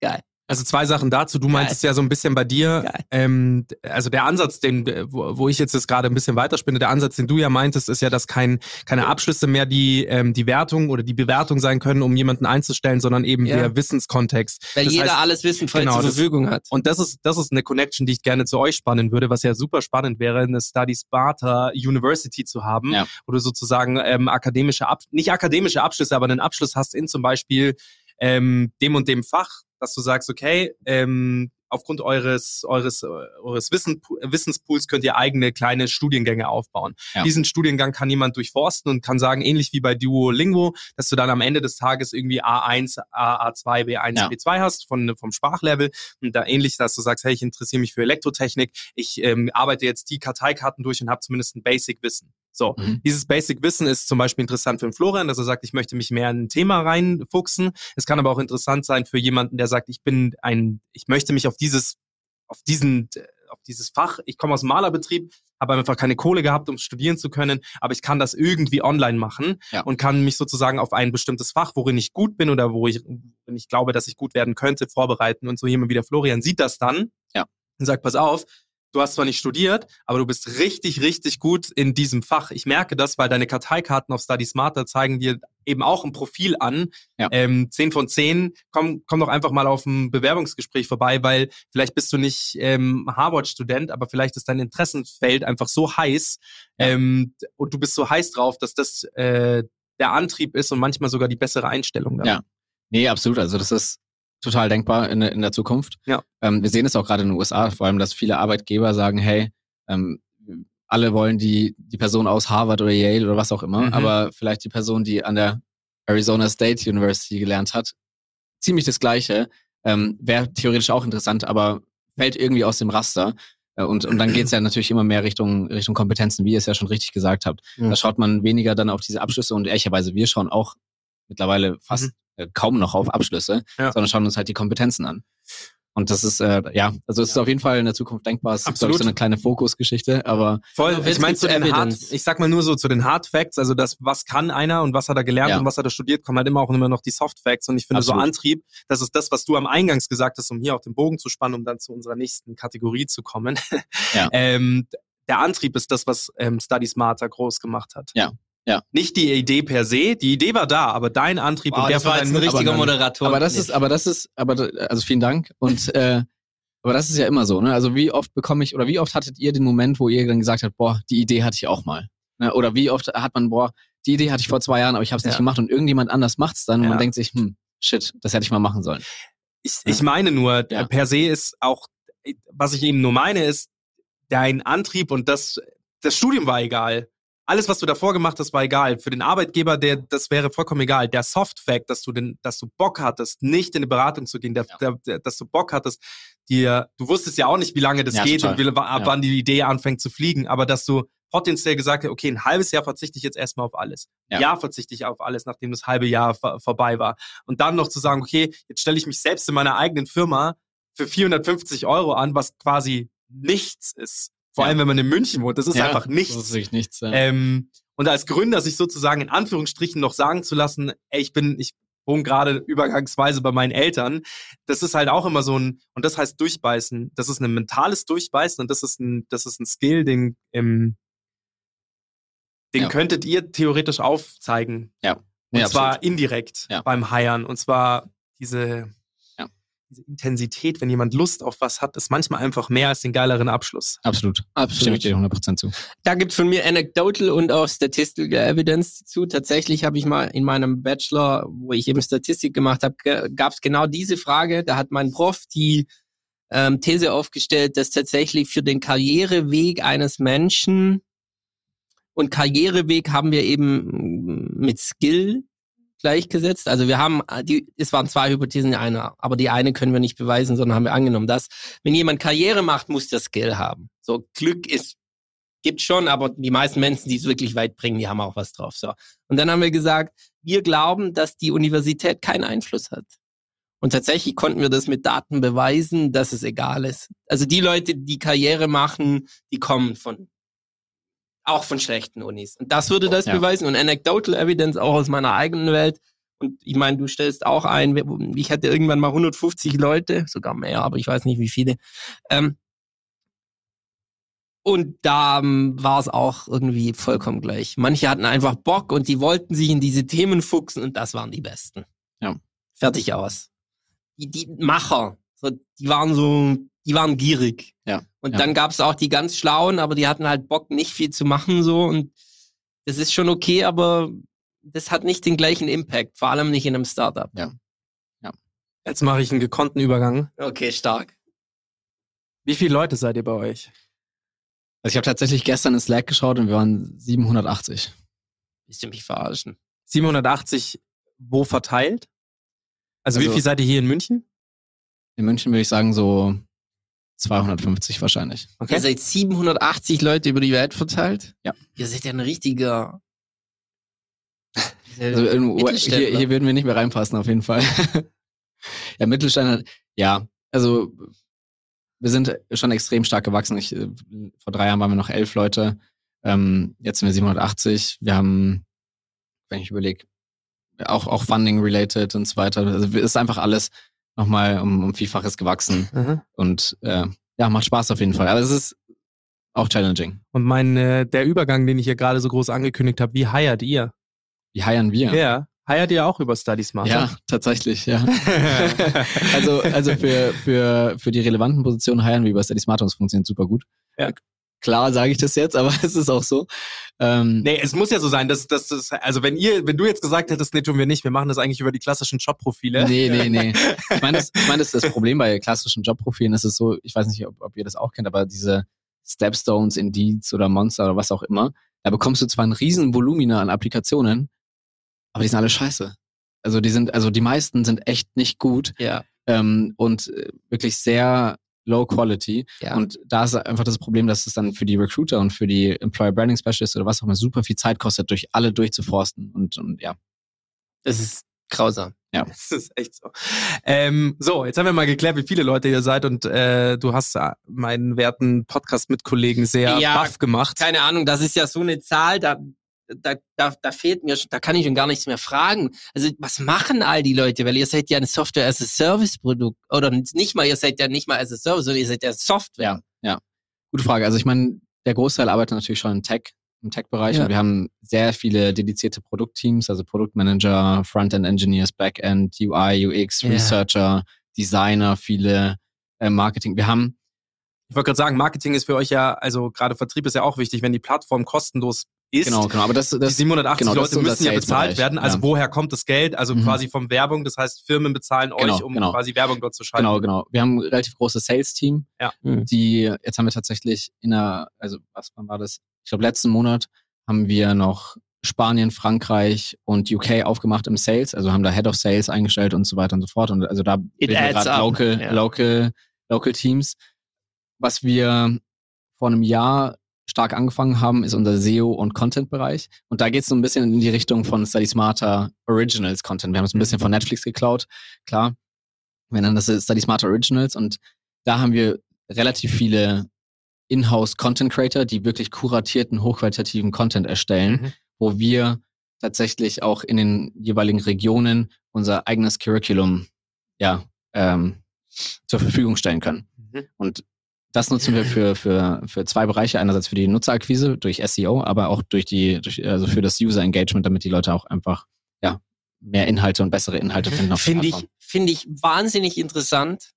Also zwei Sachen dazu. Du meintest ja so ein bisschen bei dir, ähm, also der Ansatz, den, wo, wo ich jetzt, jetzt gerade ein bisschen weiterspinne, der Ansatz, den du ja meintest, ist ja, dass kein, keine Abschlüsse mehr die, ähm, die Wertung oder die Bewertung sein können, um jemanden einzustellen, sondern eben ja. der Wissenskontext. Weil das jeder heißt, alles Wissen voll genau, zur Verfügung das, hat. Und das ist, das ist eine Connection, die ich gerne zu euch spannen würde, was ja super spannend wäre, eine Study Sparta University zu haben, ja. wo du sozusagen ähm, akademische, Ab- nicht akademische Abschlüsse, aber einen Abschluss hast in zum Beispiel ähm, dem und dem Fach, dass du sagst, okay, ähm, aufgrund eures eures eures Wissen, Wissenspools könnt ihr eigene kleine Studiengänge aufbauen. Ja. Diesen Studiengang kann jemand durchforsten und kann sagen, ähnlich wie bei Duolingo, dass du dann am Ende des Tages irgendwie A eins, A zwei, B eins, ja. B zwei hast von, vom Sprachlevel und da ähnlich, dass du sagst, hey, ich interessiere mich für Elektrotechnik, ich ähm, arbeite jetzt die Karteikarten durch und habe zumindest ein Basic-Wissen. So, mhm. dieses Basic-Wissen ist zum Beispiel interessant für den Florian, dass er sagt, ich möchte mich mehr in ein Thema reinfuchsen. Es kann aber auch interessant sein für jemanden, der sagt, ich bin ein, ich möchte mich auf dieses, auf diesen, auf dieses Fach, ich komme aus dem Malerbetrieb, habe einfach keine Kohle gehabt, um studieren zu können, aber ich kann das irgendwie online machen ja. und kann mich sozusagen auf ein bestimmtes Fach, worin ich gut bin oder wo ich, wenn ich glaube, dass ich gut werden könnte, vorbereiten. Und so jemand wie der Florian sieht das dann ja. und sagt, pass auf, du hast zwar nicht studiert, aber du bist richtig, richtig gut in diesem Fach. Ich merke das, weil deine Karteikarten auf Study Smarter zeigen dir eben auch ein Profil an. Ja. Ähm, zehn von zehn, komm, komm doch einfach mal auf ein Bewerbungsgespräch vorbei, weil vielleicht bist du nicht ähm, Harvard-Student, aber vielleicht ist dein Interessenfeld einfach so heiß ja. ähm, und du bist so heiß drauf, dass das äh, der Antrieb ist und manchmal sogar die bessere Einstellung. Dann. Ja, nee, absolut. Also das ist total denkbar in, in der Zukunft. Ja. Ähm, wir sehen es auch gerade in den U S A, vor allem, dass viele Arbeitgeber sagen, hey, ähm, alle wollen die die Person aus Harvard oder Yale oder was auch immer, mhm. aber vielleicht die Person, die an der Arizona State University gelernt hat, ziemlich das Gleiche, ähm, wäre theoretisch auch interessant, aber fällt irgendwie aus dem Raster. Äh, und, und dann geht's ja natürlich immer mehr Richtung Richtung Kompetenzen, wie ihr es ja schon richtig gesagt habt. Mhm. Da schaut man weniger dann auf diese Abschlüsse und ehrlicherweise, wir schauen auch mittlerweile fast mhm. kaum noch auf Abschlüsse, ja. sondern schauen uns halt die Kompetenzen an. Und das ist, äh, ja, also es ist ja. auf jeden Fall in der Zukunft denkbar. Es ist, glaube ich, so eine kleine Fokusgeschichte, aber... Voll, also ich meine, zu den Hard, ich sag mal nur so zu den Hard Facts, also das, was kann einer und was hat er gelernt ja. und was hat er studiert, kommen halt immer auch immer noch die Soft Facts. Und ich finde Absolut. so Antrieb, das ist das, was du am Eingangs gesagt hast, um hier auch den Bogen zu spannen, um dann zu unserer nächsten Kategorie zu kommen. Ja. ähm, der Antrieb ist das, was ähm, Study Smarter groß gemacht hat. Ja. Ja. Nicht die Idee per se, die Idee war da, aber dein Antrieb wow, und der das war jetzt ein richtiger aber, Moderator. Aber das ist, aber das ist, aber also vielen Dank und äh, aber das ist ja immer so, ne? Also wie oft bekomme ich oder wie oft hattet ihr den Moment, wo ihr dann gesagt habt, boah, die Idee hatte ich auch mal, ne? Oder wie oft hat man, boah, die Idee hatte ich vor zwei Jahren, aber ich habe es ja. nicht gemacht und irgendjemand anders macht's dann und ja. man denkt sich, hm, shit, das hätte ich mal machen sollen. Ich, ich meine nur, ja. per se ist auch, was ich eben nur meine, ist dein Antrieb und das, das Studium war egal. Alles, was du davor gemacht hast, war egal. Für den Arbeitgeber, der, das wäre vollkommen egal. Der Soft-Fact, dass du den, dass du Bock hattest, nicht in eine Beratung zu gehen, der, ja. der, der, dass du Bock hattest, dir, du wusstest ja auch nicht, wie lange das ja, geht total. und wie, ab ja. wann die Idee anfängt zu fliegen, aber dass du potenziell gesagt hast, okay, ein halbes Jahr verzichte ich jetzt erstmal auf alles. Ja. Ein Jahr verzichte ich auf alles, nachdem das halbe Jahr vor, vorbei war. Und dann noch zu sagen, okay, jetzt stelle ich mich selbst in meiner eigenen Firma für vierhundertfünfzig Euro an, was quasi nichts ist. Vor ja. allem, wenn man in München wohnt. Das ist ja, einfach nichts. Das ist wirklich nichts ja. ähm, und als Gründer sich sozusagen in Anführungsstrichen noch sagen zu lassen, ey, ich bin, ich wohne gerade übergangsweise bei meinen Eltern. Das ist halt auch immer so ein, und das heißt Durchbeißen. Das ist ein mentales Durchbeißen und das ist ein, das ist ein Skill, den, ähm, den ja. könntet ihr theoretisch aufzeigen. Ja. Nee, und zwar absolut. indirekt ja. beim Hiren. Und zwar diese... Diese Intensität, wenn jemand Lust auf was hat, ist manchmal einfach mehr als den geileren Abschluss. Absolut. Absolut. Stimme ich dir hundert Prozent zu. Da gibt's von mir Anecdotal und auch Statistical Evidence dazu. Tatsächlich habe ich mal in meinem Bachelor, wo ich eben Statistik gemacht habe, g- gab's genau diese Frage. Da hat mein Prof die ähm, These aufgestellt, dass tatsächlich für den Karriereweg eines Menschen, und Karriereweg haben wir eben mit Skill gleichgesetzt. Also wir haben, die, es waren zwei Hypothesen, die eine, aber die eine können wir nicht beweisen, sondern haben wir angenommen, dass wenn jemand Karriere macht, muss der Skill haben. So, Glück ist, gibt schon, aber die meisten Menschen, die es wirklich weit bringen, die haben auch was drauf. So. Und dann haben wir gesagt, wir glauben, dass die Universität keinen Einfluss hat. Und tatsächlich konnten wir das mit Daten beweisen, dass es egal ist. Also die Leute, die Karriere machen, die kommen von auch von schlechten Unis. Und das würde das ja. beweisen. Und Anecdotal Evidence auch aus meiner eigenen Welt. Und ich meine, du stellst auch ein, ich hatte irgendwann mal hundertfünfzig Leute, sogar mehr, aber ich weiß nicht wie viele. Ähm, und da ähm, war es auch irgendwie vollkommen gleich. Manche hatten einfach Bock und die wollten sich in diese Themen fuchsen und das waren die Besten. Ja. Fertig aus. Die, die Macher, so, die waren so, die waren gierig. Ja. Und ja. dann gab es auch die ganz Schlauen, aber die hatten halt Bock, nicht viel zu machen so und das ist schon okay, aber das hat nicht den gleichen Impact, vor allem nicht in einem Startup. Ja. ja. Jetzt mache ich einen gekonnten Übergang. Okay, stark. Wie viele Leute seid ihr bei euch? Also ich habe tatsächlich gestern in Slack geschaut und wir waren siebenhundertachtzig. Willst du mich verarschen? siebenhundertachtzig wo verteilt? Also, also wie viel seid ihr hier in München? In München würde ich sagen so zweihundertfünfzig wahrscheinlich. Okay. Ihr seid siebenhundertachtzig Leute über die Welt verteilt? Ja. Ihr seid ja ein richtiger... Also irgendwo, hier, hier würden wir nicht mehr reinpassen, auf jeden Fall. Ja, Mittelständler, ja, also wir sind schon extrem stark gewachsen. Ich, vor drei Jahren waren wir noch elf Leute, ähm, jetzt sind wir siebenhundertachtzig. Wir haben, wenn ich überlege, auch, auch Funding-related und so weiter. Also es ist einfach alles nochmal um, um Vielfaches gewachsen. Mhm. Und äh, ja, macht Spaß auf jeden Fall. Aber es ist auch challenging. Und mein, äh, der Übergang, den ich hier gerade so groß angekündigt habe, wie hired ihr? Wie hiren wir? Ja. Hired ihr auch über StudySmarter? Ja, tatsächlich, ja. also also für, für, für die relevanten Positionen hiren wir über StudySmarter und es funktioniert super gut. Ja. Klar sage ich das jetzt, aber es ist auch so. Ähm, nee, es muss ja so sein, dass, dass das, also wenn ihr, wenn du jetzt gesagt hättest, nee, tun wir nicht, wir machen das eigentlich über die klassischen Jobprofile. Nee, nee, nee. Ich meine, das, ich meine, das, das Problem bei klassischen Jobprofilen ist es so, ich weiß nicht, ob, ob ihr das auch kennt, aber diese Stepstones, Indeeds oder Monster oder was auch immer, da bekommst du zwar ein riesen Volumina an Applikationen, aber die sind alle scheiße. Also die sind, also die meisten sind echt nicht gut. Ja. Ähm, und wirklich sehr low quality. Ja. Und da ist einfach das Problem, dass es dann für die Recruiter und für die Employer Branding Specialists oder was auch immer super viel Zeit kostet, durch alle durchzuforsten. Und, und ja. Das ist grausam. Ja. Das ist echt so. Ähm, so, jetzt haben wir mal geklärt, wie viele Leute ihr seid und äh, du hast äh, meinen werten Podcast-Mitkollegen sehr ja, baff gemacht. Keine Ahnung, das ist ja so eine Zahl, da Da, da, da fehlt mir, da kann ich schon gar nichts mehr fragen. Also was machen all die Leute? Weil ihr seid ja ein Software-as-a-Service-Produkt. Oder nicht mal, ihr seid ja nicht mal as a Service, sondern ihr seid ja Software. Ja, ja. Gute Frage. Also ich meine, der Großteil arbeitet natürlich schon im Tech, im Tech-Bereich. Ja. Und wir haben sehr viele dedizierte Produktteams, also Produktmanager, Frontend-Engineers, Backend, U I, U X, ja. Researcher, Designer, viele äh, Marketing. Wir haben Ich wollte gerade sagen, Marketing ist für euch ja, also gerade Vertrieb ist ja auch wichtig, wenn die Plattform kostenlos ist. Genau, genau. Aber das, das, die siebenhundertachtzig genau, Leute müssen ja bezahlt werden. Also ja. woher kommt das Geld? Also mhm. quasi vom Werbung. Das heißt, Firmen bezahlen genau, euch, um genau. quasi Werbung dort zu schalten. Genau, genau. Wir haben ein relativ großes Sales-Team. Ja. Die, jetzt haben wir tatsächlich in einer, also was wann war das? Ich glaube, letzten Monat haben wir noch Spanien, Frankreich und U K aufgemacht im Sales. Also haben da Head of Sales eingestellt und so weiter und so fort. Und also da bilden wir gerade local, ja. local, local Teams. Was wir vor einem Jahr stark angefangen haben, ist unser S E O- und Content-Bereich. Und da geht es so ein bisschen in die Richtung von StudySmarter Originals Content. Wir haben es ein bisschen von Netflix geklaut, klar. Wir nennen das StudySmarter Originals und da haben wir relativ viele Inhouse Content Creator, die wirklich kuratierten, hochqualitativen Content erstellen, mhm. wo wir tatsächlich auch in den jeweiligen Regionen unser eigenes Curriculum ja, ähm, zur Verfügung stellen können. Mhm. Und das nutzen wir für, für, für zwei Bereiche. Einerseits für die Nutzerakquise durch S E O, aber auch durch die, durch, also für das User Engagement, damit die Leute auch einfach, ja, mehr Inhalte und bessere Inhalte finden auf der Plattform. Finde ich, finde ich wahnsinnig interessant.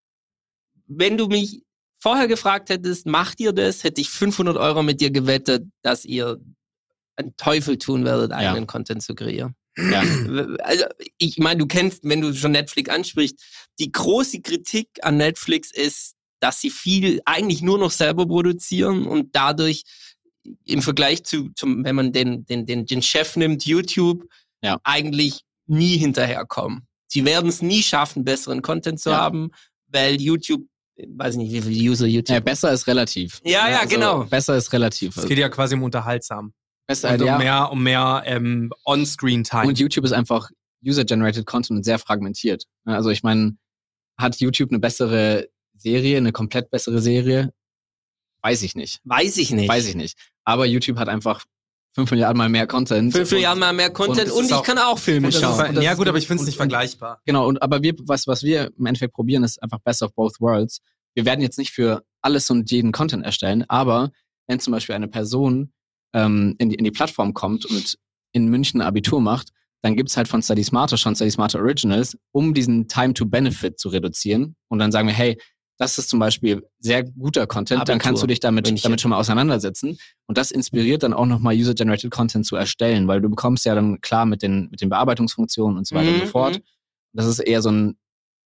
Wenn du mich vorher gefragt hättest, macht ihr das, hätte ich fünfhundert Euro mit dir gewettet, dass ihr einen Teufel tun werdet, eigenen ja. Content zu kreieren. Ja. Also, ich meine, du kennst, wenn du schon Netflix ansprichst, die große Kritik an Netflix ist, dass sie viel eigentlich nur noch selber produzieren und dadurch im Vergleich zu, zum, wenn man den, den, den, den Chef nimmt, YouTube, ja. eigentlich nie hinterherkommen. Sie werden es nie schaffen, besseren Content zu ja. haben, weil YouTube, weiß ich nicht, wie viele User YouTube. Ja, besser ist relativ. Ja, ja, also, genau. Besser ist relativ. Es geht ja quasi um unterhaltsam. Besser, und um ja. mehr, um mehr ähm, On-Screen-Time. Und YouTube ist einfach User-Generated Content und sehr fragmentiert. Also ich meine, hat YouTube eine bessere Serie, eine komplett bessere Serie? Weiß ich nicht. Weiß ich nicht. Weiß ich nicht. Aber YouTube hat einfach fünf Milliarden mal mehr Content. fünf Milliarden mal mehr Content und, und ich auch, kann auch Filme schauen. Ja gut, aber ich finde es nicht vergleichbar. Genau, und aber wir, was, was wir im Endeffekt probieren, ist einfach best of both worlds. Wir werden jetzt nicht für alles und jeden Content erstellen, aber wenn zum Beispiel eine Person ähm, in, die, in die Plattform kommt und in München ein Abitur macht, dann gibt's halt von Study Smarter schon Study Smarter Originals, um diesen Time to Benefit zu reduzieren. Und dann sagen wir, hey, das ist zum Beispiel sehr guter Content, Abitur. Dann kannst du dich damit, damit schon mal auseinandersetzen. Und das inspiriert dann auch nochmal User-Generated Content zu erstellen, weil du bekommst ja dann klar mit den, mit den Bearbeitungsfunktionen und so weiter mhm. und so fort. Das ist eher so ein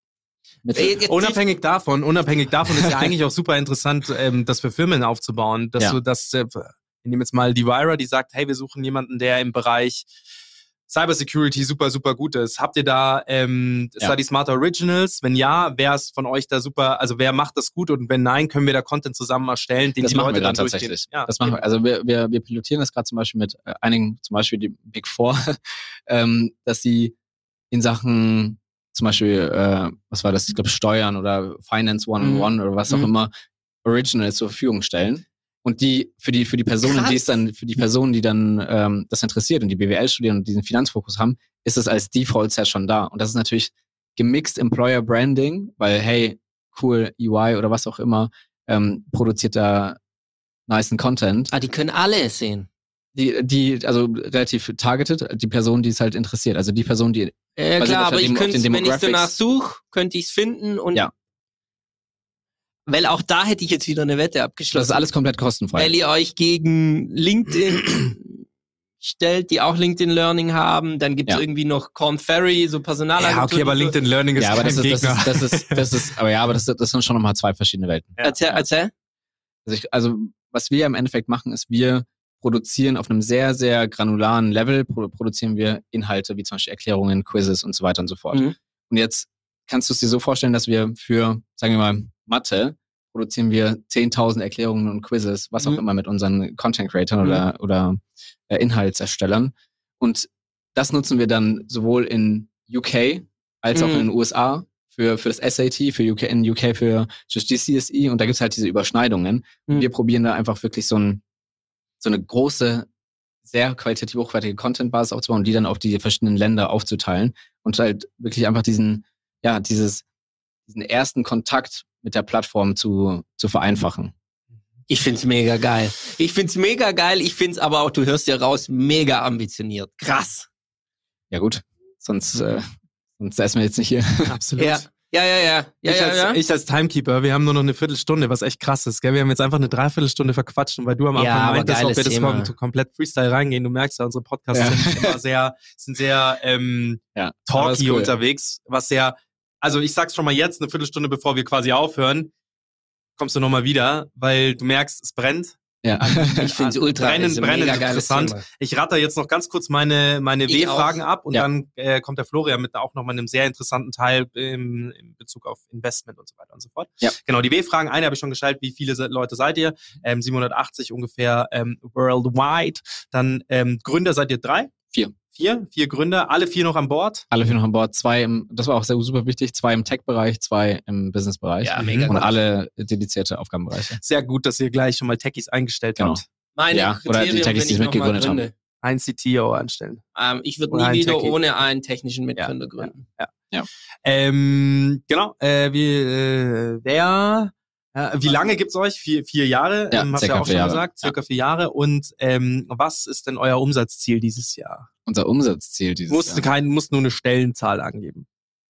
Mit unabhängig davon, unabhängig davon ist ja eigentlich auch super interessant, ähm, das für Firmen aufzubauen, dass ja. du das, äh, wir nehmen jetzt mal die Vira, die sagt, hey, wir suchen jemanden, der im Bereich Cybersecurity super, super gut ist. Habt ihr da ähm, ja. Study Smarter Originals? Wenn ja, wer ist von euch da super, also wer macht das gut und wenn nein, können wir da Content zusammen erstellen, den das die machen Leute wir dann tatsächlich. durchgehen? Ja, das machen wir. Also wir, wir, wir pilotieren das gerade zum Beispiel mit äh, einigen, zum Beispiel die Big Four, ähm, dass sie in Sachen zum Beispiel, äh, was war das, ich glaube Steuern oder Finance one-on-one mhm. oder was auch mhm. immer, Originals zur Verfügung stellen. Und die, für die, für die Personen, Krass. die es dann, für die Personen, die dann ähm, das interessiert und die B W L studieren und diesen Finanzfokus haben, ist es als Default-Set schon da. Und das ist natürlich gemixt Employer Branding, weil, hey, cool, E Y oder was auch immer, ähm, produziert da nicen Content. Ah, die können alle sehen. Die, die, also relativ targeted, die Person, die es halt interessiert. Also die Person, die. Ja, klar, aber ich könnte, wenn ich danach suche, könnte ich es finden und. Ja. Weil auch da hätte ich jetzt wieder eine Wette abgeschlossen. Das ist alles komplett kostenfrei. Weil ihr euch gegen LinkedIn stellt, die auch LinkedIn Learning haben. Dann gibt es ja. irgendwie noch Korn Ferry, so Personalagenturen. Ja, okay, aber LinkedIn Learning ist ja, aber kein das ist, Gegner. Das ist, das ist, das ist, aber ja, aber das, das sind schon nochmal zwei verschiedene Welten. Ja. Erzähl, erzähl. Also, ich, also, was wir im Endeffekt machen, ist, wir produzieren auf einem sehr, sehr granularen Level, produ- produzieren wir Inhalte, wie zum Beispiel Erklärungen, Quizzes und so weiter und so fort. Mhm. Und jetzt kannst du es dir so vorstellen, dass wir für, sagen wir mal, Mathe produzieren wir zehntausend Erklärungen und Quizzes, was auch mhm. immer mit unseren Content-Creatern mhm. oder, oder äh, Inhaltserstellern. Und das nutzen wir dann sowohl in U K als mhm. auch in den U S A für, für das S A T, für U K, in U K für G C S E und da gibt's halt diese Überschneidungen. Mhm. Und wir probieren da einfach wirklich so, ein, so eine große, sehr qualitativ hochwertige Content-Basis aufzubauen und die dann auf die verschiedenen Länder aufzuteilen und halt wirklich einfach diesen, ja, dieses, diesen ersten Kontakt mit der Plattform zu, zu vereinfachen. Ich find's mega geil. Ich find's mega geil. Ich find's aber auch, du hörst ja raus, mega ambitioniert. Krass. Ja gut, sonst, äh, sonst essen wir jetzt nicht hier. Absolut. Ja, ja, ja. ja. ja, ich, ja, als, ja. ich als Timekeeper, wir haben nur noch eine Viertelstunde, was echt krass ist. Gell? Wir haben jetzt einfach eine Dreiviertelstunde verquatscht und weil du am Anfang ja, meintest, ob wir das Thema. kom- komplett Freestyle reingehen, du merkst ja, unsere Podcasts ja. sind immer sehr, sind sehr ähm, ja, talky cool. unterwegs, was sehr. Also ich sag's schon mal jetzt, eine Viertelstunde bevor wir quasi aufhören, kommst du nochmal wieder, weil du merkst, es brennt. Ja. Ich finde es ultra brennend, ist brennend mega interessant. Thema. Ich ratter jetzt noch ganz kurz meine meine Ich W-Fragen auch. ab und ja. dann äh, kommt der Florian mit auch nochmal einem sehr interessanten Teil im, in Bezug auf Investment und so weiter und so fort. Ja. Genau, die W-Fragen, eine habe ich schon gestellt, wie viele Leute seid ihr? Ähm, siebenhundertachtzig ungefähr ähm, worldwide. Dann ähm, Gründer seid ihr drei? Vier. Vier? Vier Gründer, alle vier noch an Bord? Alle vier noch an Bord, zwei im, das war auch sehr super wichtig, zwei im Tech-Bereich, zwei im Business-Bereich. Ja, mega und gut. alle dedizierte Aufgabenbereiche. Sehr gut, dass ihr gleich schon mal Techies eingestellt Genau. habt. Meine Ja, oder die Kriterien, Techies, wenn die ich es noch mal mitgegründet haben. gründe. Ein C T O anstellen. Ähm, ich würde Oder nie ein wieder Techie. ohne einen technischen Mitgründer gründen. Ja. Ja. Ähm, genau, äh, wie, äh, wer, äh, wie lange gibt's euch? Vier, vier Jahre, Ja, ähm, hast du circa ja auch vier schon Jahre. gesagt, circa vier Jahre. Und ähm, was ist denn euer Umsatzziel dieses Jahr? Unser Umsatzziel dieses Musst du Jahr. kein, musst nur eine Stellenzahl angeben.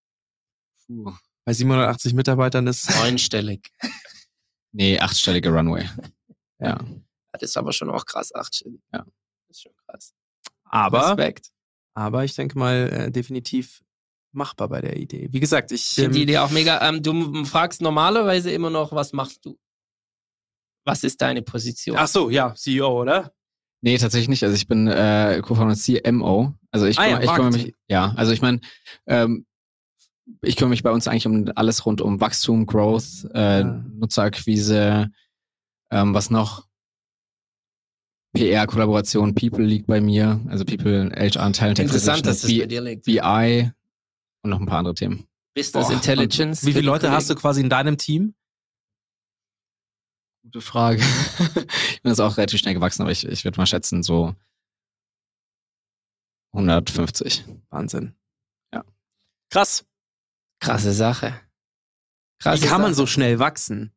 Puh. Bei siebenhundertachtzig Mitarbeitern ist Neunstellig. Nee, achtstellige Runway. Ja. Das ist aber schon auch krass, achtstellig. Ja. Das ist schon krass. aber, Respekt. aber ich denke mal äh, definitiv machbar bei der Idee. Wie gesagt, ich Ich finde die ähm, Idee auch mega. Ähm, du fragst normalerweise immer noch, was machst du? Was ist deine Position? ach so, ja, C E O, oder? Nee, tatsächlich nicht. Also ich bin äh, Co-Founder und C M O. Also ich, Ah ja, kümmere- ich kümmere Marketing. mich, ja, also ich meine, ähm, ich kümmere mich bei uns eigentlich um alles rund um Wachstum, Growth, äh, Ja. Nutzerakquise, ähm, was noch? P R, Kollaboration, People liegt bei mir, also People, H R, Talent Interessant, dass das bei B- dir liegt. B I und noch ein paar andere Themen. Business Boah, Intelligence. Wie viele für die Leute hast du Kollegen. quasi in deinem Team? Gute Frage. Ich bin jetzt auch relativ schnell gewachsen, aber ich, ich würde mal schätzen, so hundertfünfzig. Wahnsinn. Ja. Krass. Krasse Sache. Krasse Wie kann man Sache. so schnell wachsen?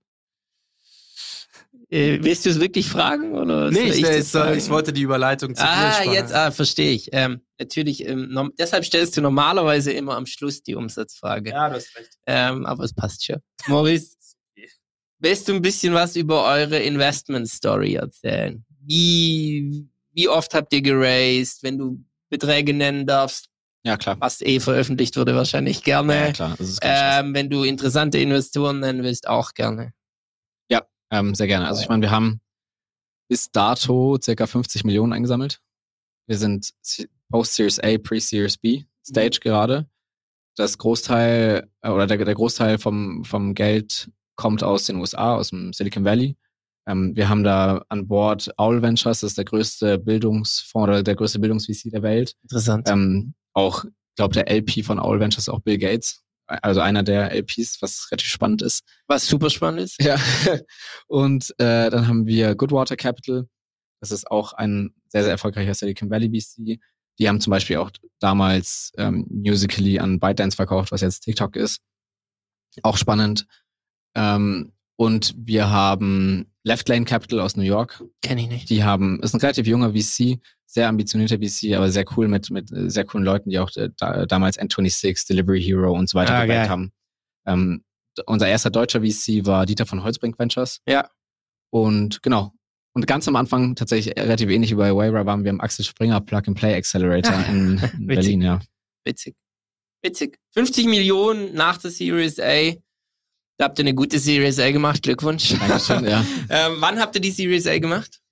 Äh, willst du es wirklich fragen? Oder Nee, soll ich, das ich, fragen? ich wollte die Überleitung zu Ah, dir sparen. jetzt ah, verstehe ich. Ähm, natürlich, ähm, norm- deshalb stellst du normalerweise immer am Schluss die Umsatzfrage. Ja, du hast recht. Ähm, aber es passt schon. Maurice, willst du ein bisschen was über eure Investment-Story erzählen? Wie, wie oft habt ihr geraced? Wenn du Beträge nennen darfst, Ja, klar. was eh veröffentlicht wurde, wahrscheinlich gerne. Ja, klar. Das ist kein Stress. ähm, wenn du interessante Investoren nennen willst, auch gerne. Ähm, sehr gerne. Also ich meine, wir haben bis dato circa fünfzig Millionen eingesammelt. Wir sind Post-Series A, Pre-Series B Stage mhm. gerade. Das Großteil äh, oder der, der Großteil vom, vom Geld kommt aus den U S A, aus dem Silicon Valley. Ähm, wir haben da an Bord Owl Ventures, das ist der größte Bildungsfonds oder der größte Bildungs-V C der Welt. Interessant. Ähm, auch, ich glaube, der L P von Owl Ventures ist auch Bill Gates. Also einer der L Ps, was relativ spannend ist. Was super spannend ist. Ja. Und äh, dann haben wir Goodwater Capital. Das ist auch ein sehr, sehr erfolgreicher Silicon Valley V C. Die haben zum Beispiel auch damals ähm, Musical.ly an ByteDance verkauft, was jetzt TikTok ist. Auch spannend. Ähm, und wir haben Left Lane Capital aus New York. Kenn ich nicht. Die haben, ist ein relativ junger V C, sehr ambitionierter V C, aber sehr cool mit mit sehr coolen Leuten, die auch äh, da, damals N sechsundzwanzig, Delivery Hero und so weiter Ah, gebackt geil. haben. Ähm, unser erster deutscher V C war Dieter von Holzbrink Ventures. Ja. Und genau. Und ganz am Anfang, tatsächlich relativ ähnlich wie bei Wayra, waren wir im Axel Springer Plug-and-Play Accelerator in, in Berlin, ja. Witzig. Witzig. fünfzig Millionen nach der Series A. Da habt ihr eine gute Series A gemacht. Glückwunsch. Dankeschön, ja. ähm, wann habt ihr die Series A gemacht?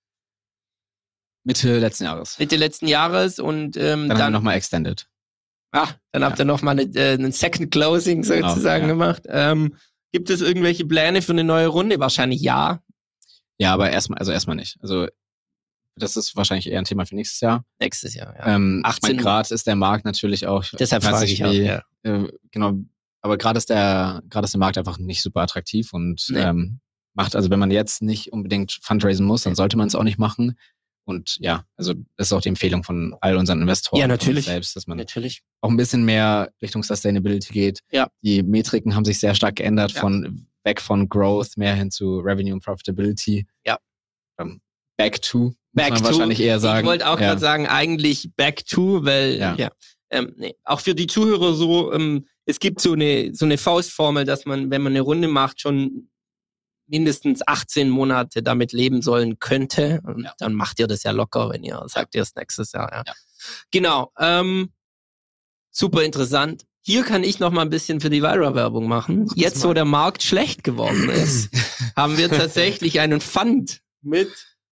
Mitte letzten Jahres. Mitte letzten Jahres und ähm, Dann, dann, haben wir nochmal extended. ah, dann habt Ja. ihr nochmal eine, äh, einen Second Closing sozusagen ja. gemacht. Ähm, gibt es irgendwelche Pläne für eine neue Runde? Wahrscheinlich ja. Ja, aber erstmal, also erstmal nicht. Also das ist wahrscheinlich eher ein Thema für nächstes Jahr. Nächstes Jahr, ja. Ähm, achtzehn mein Grad ist der Markt natürlich auch. Deshalb weiß frage nicht, ich auch, wie, ja. äh, genau. Aber gerade ist der, gerade ist der Markt einfach nicht super attraktiv und Nee. ähm, macht, also wenn man jetzt nicht unbedingt fundraisen muss, dann sollte man es auch nicht machen. Und ja, also das ist auch die Empfehlung von all unseren Investoren. Ja, und natürlich. uns selbst, dass man Natürlich. auch ein bisschen mehr Richtung Sustainability geht. Ja. Die Metriken haben sich sehr stark geändert, Ja. von weg von Growth mehr hin zu Revenue und Profitability. Ja. Ähm, back to, Back muss man to. wahrscheinlich eher sagen. Ich wollte auch ja. gerade sagen, eigentlich back to, weil, ja. Ja. Ähm, nee. Auch für die Zuhörer so, ähm, es gibt so eine, so eine Faustformel, dass man, wenn man eine Runde macht, schon mindestens achtzehn Monate damit leben sollen könnte. Und Ja. dann macht ihr das ja locker, wenn ihr sagt, ihr es nächstes Jahr. Ja. Ja. Genau. Ähm, super interessant. Hier kann ich noch mal ein bisschen für die Vira-Werbung machen. Jetzt, wo der Markt schlecht geworden ist, haben wir tatsächlich einen Fund mit.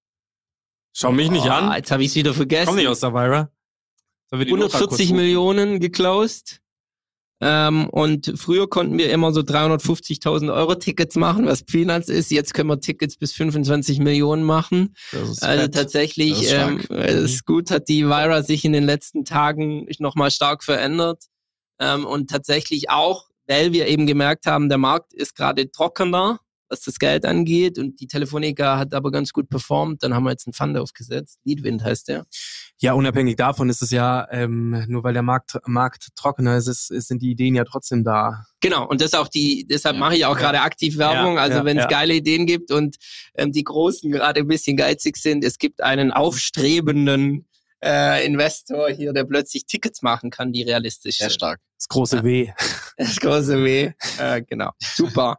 Schau mich nicht Oh, an. Jetzt habe ich es wieder vergessen. Komm nicht aus der Vira. Sollen wir die Notfall kurz hundertvierzig rufen? Millionen geclosed. Ähm, und früher konnten wir immer so dreihundertfünfzigtausend Euro Tickets machen, was Peanuts ist. Jetzt können wir Tickets bis fünfundzwanzig Millionen machen. Das ist Also fett. tatsächlich, Das ist ähm, stark. es ist gut, hat die Vira sich in den letzten Tagen nochmal stark verändert. Ähm, und tatsächlich auch, weil wir eben gemerkt haben, der Markt ist gerade trockener, was das Geld angeht. Und die Telefonica hat aber ganz gut performt. Dann haben wir jetzt einen Fund aufgesetzt. Leadwind heißt der. Ja, unabhängig davon ist es ja, ähm, nur weil der Markt, Markt trockener ist, ist, sind die Ideen ja trotzdem da. Genau, und das auch die, deshalb Ja. mache ich auch Ja. gerade aktiv Werbung. Ja, Also ja, wenn es ja. geile Ideen gibt und ähm, die Großen gerade ein bisschen geizig sind, es gibt einen aufstrebenden äh, Investor hier, der plötzlich Tickets machen kann, die realistisch Sehr sind. stark. Das große Ja. W. Das große W. Äh, genau. Super.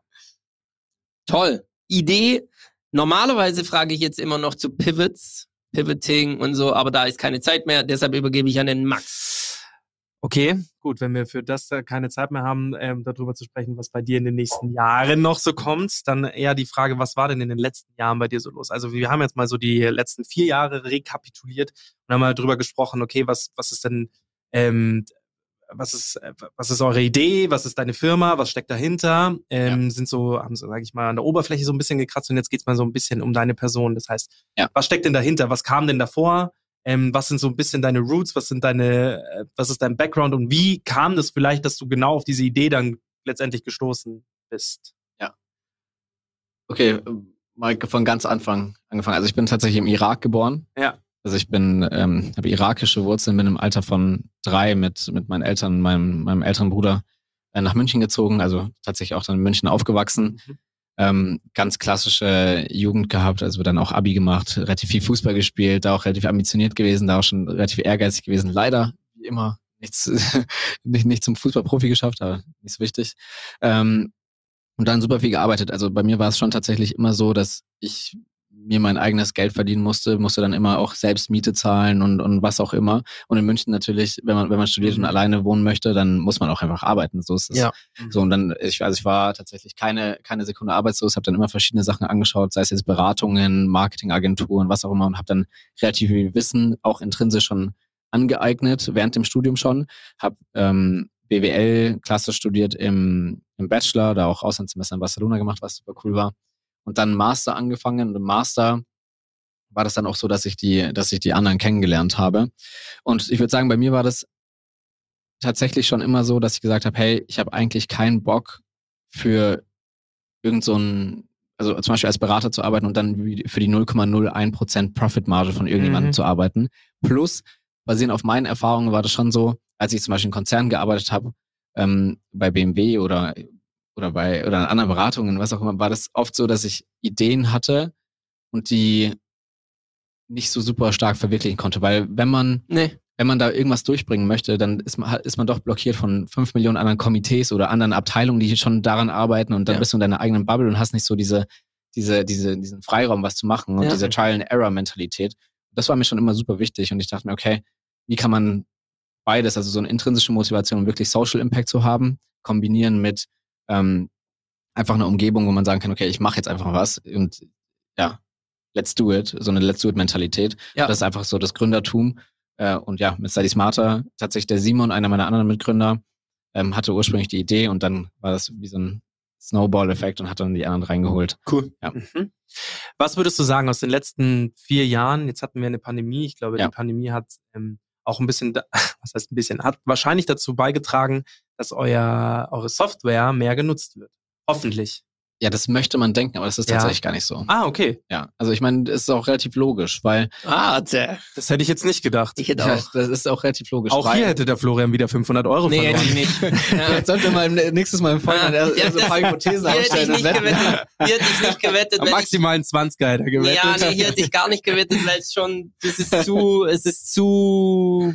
Toll. Idee. Normalerweise frage ich jetzt immer noch zu Pivots, Pivoting und so, aber da ist keine Zeit mehr, deshalb übergebe ich an den Max. Okay, gut, wenn wir für das äh, keine Zeit mehr haben, ähm, darüber zu sprechen, was bei dir in den nächsten Jahren noch so kommt, dann eher die Frage, was war denn in den letzten Jahren bei dir so los? Also wir haben jetzt mal so die letzten vier Jahre rekapituliert und haben mal drüber gesprochen, okay, was was ist denn, ähm, was ist äh, was ist eure Idee, was ist deine Firma, was steckt dahinter? Ähm, Sind so, haben so, sage ich mal, an der Oberfläche so ein bisschen gekratzt und jetzt geht's mal so ein bisschen um deine Person. Das heißt, Ja. was steckt denn dahinter? Was kam denn davor? Ähm, was sind so ein bisschen deine Roots, was sind deine, äh, was ist dein Background und wie kam das vielleicht, dass du genau auf diese Idee dann letztendlich gestoßen bist? Okay, mal von ganz Anfang angefangen. Also ich bin tatsächlich im Irak geboren. Ja. Also ich bin, ähm, habe irakische Wurzeln, bin im Alter von drei mit mit meinen Eltern und meinem, meinem älteren Bruder äh, nach München gezogen, also tatsächlich auch dann in München aufgewachsen. Mhm. Ähm, ganz klassische Jugend gehabt, also dann auch Abi gemacht, relativ viel Fußball gespielt, da auch relativ ambitioniert gewesen, da auch schon relativ ehrgeizig gewesen. Leider, wie immer, nichts, nicht, nicht zum Fußballprofi geschafft, aber nicht so wichtig. Ähm, und dann super viel gearbeitet. Also bei mir war es schon tatsächlich immer so, dass ich mir mein eigenes Geld verdienen musste, musste dann immer auch selbst Miete zahlen und und was auch immer. Und in München natürlich, wenn man wenn man studiert und alleine wohnen möchte, dann muss man auch einfach arbeiten. So ist es. Ja. So und dann, ich also ich war tatsächlich keine keine Sekunde arbeitslos, habe dann immer verschiedene Sachen angeschaut, sei es jetzt Beratungen, Marketingagenturen, was auch immer, und habe dann relativ viel Wissen auch intrinsisch schon angeeignet während dem Studium schon. Habe ähm, B W L klassisch studiert im im Bachelor, da auch Auslandssemester in Barcelona gemacht, was super cool war. Und dann Master angefangen und im Master war das dann auch so, dass ich die, dass ich die anderen kennengelernt habe. Und ich würde sagen, bei mir war das tatsächlich schon immer so, dass ich gesagt habe, hey, ich habe eigentlich keinen Bock für irgend so ein, also zum Beispiel als Berater zu arbeiten und dann für die null Komma null eins Prozent Profitmarge von irgendjemandem mhm. zu arbeiten. Plus, basierend auf meinen Erfahrungen war das schon so, als ich zum Beispiel in Konzernen gearbeitet habe, ähm, bei B M W oder oder bei oder in anderen Beratungen, was auch immer, war das oft so, dass ich Ideen hatte und die nicht so super stark verwirklichen konnte, weil wenn man nee. wenn man da irgendwas durchbringen möchte, dann ist man ist man doch blockiert von fünf Millionen anderen Komitees oder anderen Abteilungen, die schon daran arbeiten, und dann ja. bist du in deiner eigenen Bubble und hast nicht so diese diese diese diesen Freiraum, was zu machen, und ja. diese Trial-and-Error-Mentalität. Das war mir schon immer super wichtig, und ich dachte mir, okay, wie kann man beides, also so eine intrinsische Motivation, wirklich Social Impact zu haben, kombinieren mit Ähm, einfach eine Umgebung, wo man sagen kann, okay, ich mache jetzt einfach was und ja, let's do it, so eine Let's do it Mentalität. Ja. Das ist einfach so das Gründertum. Äh, und ja, mit Study Smarter, tatsächlich der Simon, einer meiner anderen Mitgründer, ähm, hatte ursprünglich die Idee, und dann war das wie so ein Snowball-Effekt und hat dann die anderen reingeholt. Cool. Ja. Mhm. Was würdest du sagen aus den letzten vier Jahren? Jetzt hatten wir eine Pandemie. Ich glaube, ja. die Pandemie hat ähm, auch ein bisschen, was heißt ein bisschen, hat wahrscheinlich dazu beigetragen, dass euer eure Software mehr genutzt wird. Hoffentlich. Ja, das möchte man denken, aber das ist tatsächlich ja. gar nicht so. Ah, okay. Ja, also ich meine, das ist auch relativ logisch, weil... Ah, das hätte ich jetzt nicht gedacht. Ich hätte auch. Ja, das ist auch relativ logisch. Auch weil hier hätte der Florian wieder fünfhundert Euro nee, verloren. Nee, nee, nicht. Ja, jetzt sollten wir mal nächstes Mal im Folgenden ja, ja, so ein paar Hypothesen aufstellen. Hier hätte ich nicht gewettet. Maximal einen zwanziger hätte er gewettet. Ja, nee, hier hätte ich gar nicht gewettet, weil es schon, das ist zu, es ist zu...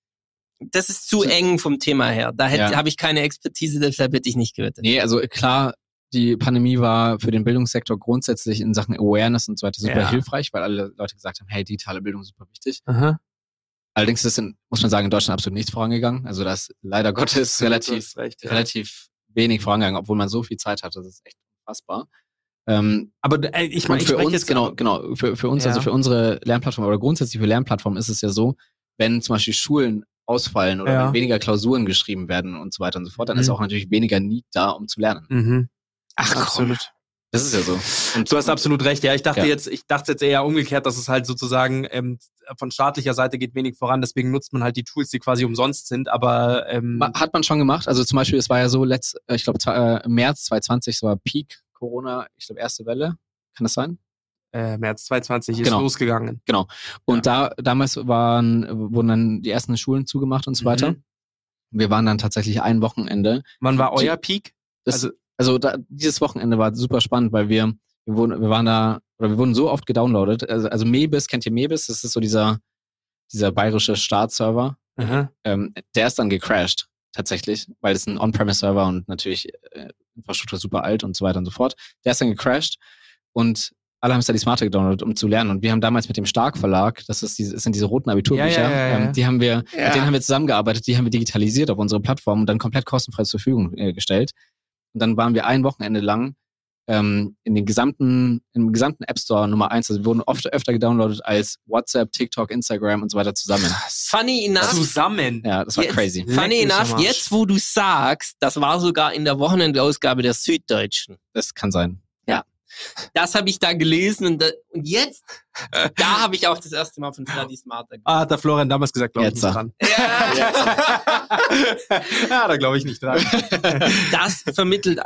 Das ist zu eng vom Thema her. Da ja. habe ich keine Expertise, deshalb hätte ich nicht gewettet. Nee, also klar, die Pandemie war für den Bildungssektor grundsätzlich in Sachen Awareness und so weiter super ja. hilfreich, weil alle Leute gesagt haben, hey, digitale Bildung ist super wichtig. Aha. Allerdings ist, in, muss man sagen, in Deutschland absolut nichts vorangegangen. Also da ist leider Gottes relativ, recht, ja. relativ wenig vorangegangen, obwohl man so viel Zeit hatte. Das ist echt unfassbar. Ähm, aber äh, ich meine, für ich uns, jetzt genau, genau, für, für uns, ja. also für unsere Lernplattform oder grundsätzlich für Lernplattformen ist es ja so, wenn zum Beispiel Schulen ausfallen oder ja. wenn weniger Klausuren geschrieben werden und so weiter und so fort, dann mhm. ist auch natürlich weniger Need da, um zu lernen. Mhm. Ach, absolut. Komm. Das ist ja so. Und du hast absolut recht. Ja, ich dachte ja. jetzt, ich dachte jetzt eher umgekehrt, dass es halt sozusagen ähm, von staatlicher Seite geht wenig voran. Deswegen nutzt man halt die Tools, die quasi umsonst sind. Aber ähm, hat man schon gemacht. Also zum Beispiel, es war ja so, letzt, ich glaube äh, März zwanzig zwanzig, so war Peak Corona, ich glaube erste Welle. Kann das sein? Äh, März zwanzig zwanzig ist genau. losgegangen. Genau. Und ja. da damals waren wurden dann die ersten Schulen zugemacht und so weiter. Mhm. Wir waren dann tatsächlich ein Wochenende. Wann war euer Peak? Das, also also da, dieses Wochenende war super spannend, weil wir wir wurden wir waren da oder wir wurden so oft gedownloadet. Also, also Mebis, kennt ihr Mebis? Das ist so dieser dieser bayerische Startserver. Mhm. Ähm, der ist dann gecrashed tatsächlich, weil es ein On-Premise-Server und natürlich äh, Infrastruktur super alt und so weiter und so fort. Der ist dann gecrashed und alle haben Study Smarter gedownloadet, um zu lernen. Und wir haben damals mit dem Stark Verlag, das ist diese, das sind diese roten Abiturbücher, ja, ja, ja, ja. Ähm, die haben wir, ja. mit denen haben wir zusammengearbeitet, die haben wir digitalisiert auf unsere Plattform und dann komplett kostenfrei zur Verfügung äh, gestellt. Und dann waren wir ein Wochenende lang ähm, in den gesamten, im gesamten App Store Nummer eins. Also wir wurden oft öfter gedownloadet als WhatsApp, TikTok, Instagram und so weiter zusammen. Funny enough. Zusammen. Ja, das war jetzt, crazy. Funny enough, jetzt wo du sagst, das war sogar in der Wochenendausgabe der Süddeutschen. Das kann sein. Ja. Das habe ich da gelesen und, da, und jetzt, da habe ich auch das erste Mal von Study Smarter gehört. Ah, hat der Florian damals gesagt, glaube ich nicht dran. Ja, ja da glaube ich nicht dran. Das vermittelt,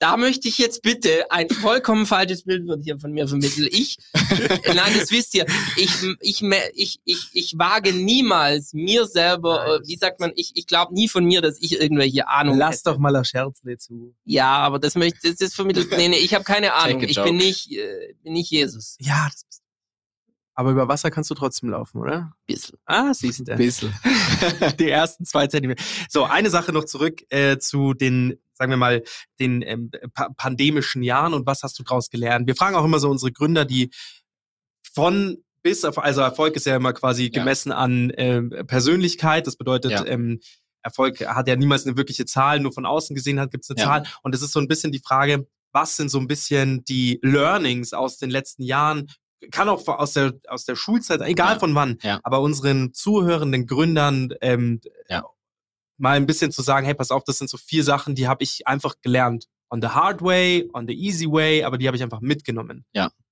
da möchte ich jetzt bitte, ein vollkommen falsches Bild wird hier von mir vermittelt. Ich, nein, das wisst ihr, ich, ich, ich, ich, ich wage niemals mir selber, wie sagt man, ich, ich glaube nie von mir, dass ich irgendwelche Ahnung Lass hätte. doch mal ein Scherzle zu. Ja, aber das möchte, das ist vermittelt, nee, nee, ich habe keine Ahnung, ich bin nicht, äh, bin nicht Jesus. Ja, das bist du. Aber über Wasser kannst du trotzdem laufen, oder? Bissl. Ah, siehst du. Bissl. Die ersten zwei Zentimeter. So, eine Sache noch zurück äh, zu den, sagen wir mal, den ähm, pa- pandemischen Jahren und was hast du draus gelernt? Wir fragen auch immer so unsere Gründer, die von bis auf, also Erfolg ist ja immer quasi Ja. gemessen an äh, Persönlichkeit. Das bedeutet, Ja. ähm, Erfolg hat ja niemals eine wirkliche Zahl, nur von außen gesehen hat, gibt es eine Ja. Zahl. Und es ist so ein bisschen die Frage, was sind so ein bisschen die Learnings aus den letzten Jahren? Kann auch aus der aus der Schulzeit, egal Ja. von wann, Ja. aber unseren zuhörenden Gründern ähm, Ja. mal ein bisschen zu sagen, hey, pass auf, das sind so vier Sachen, die habe ich einfach gelernt. On the hard way, on the easy way, aber die habe ich einfach mitgenommen.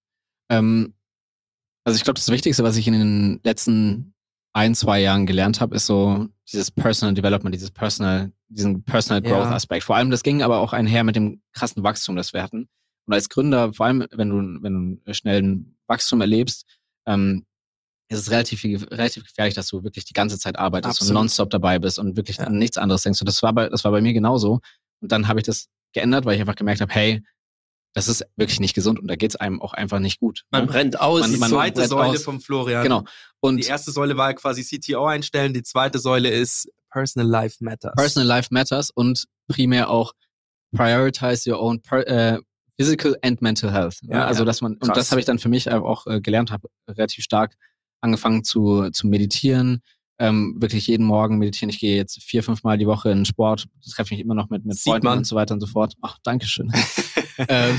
Ähm, also ich glaube, das Wichtigste, was ich in den letzten ein, zwei Jahren gelernt habe, ist so dieses Personal Development, dieses Personal, diesen Personal Growth Ja. Aspekt. Vor allem, das ging aber auch einher mit dem krassen Wachstum, das wir hatten. Und als Gründer, vor allem, wenn du, wenn du schnell ein Wachstum erlebst, ähm, ist es relativ, relativ gefährlich, dass du wirklich die ganze Zeit arbeitest Absolut. und nonstop dabei bist und wirklich Ja. an nichts anderes denkst. Und das war bei, das war bei mir genauso. Und dann habe ich das geändert, weil ich einfach gemerkt habe, hey, das ist wirklich nicht gesund und da geht's einem auch einfach nicht gut. Man ne? brennt aus. Man- Die man zweite brennt Säule aus. vom Florian. Genau. Und Die erste Säule war quasi C T O einstellen, die zweite Säule ist Personal Life Matters. Personal Life Matters und primär auch prioritize your own per, äh, physical and mental health. Ne? Ja, also ja. dass man Krass. und das habe ich dann für mich auch äh, gelernt, habe relativ stark angefangen zu zu meditieren, ähm, wirklich jeden Morgen meditieren. Ich gehe jetzt vier, fünf Mal die Woche in den Sport, treffe mich immer noch mit mit Sieht Freunden man. und so weiter und so fort. Ach, Dankeschön. ähm,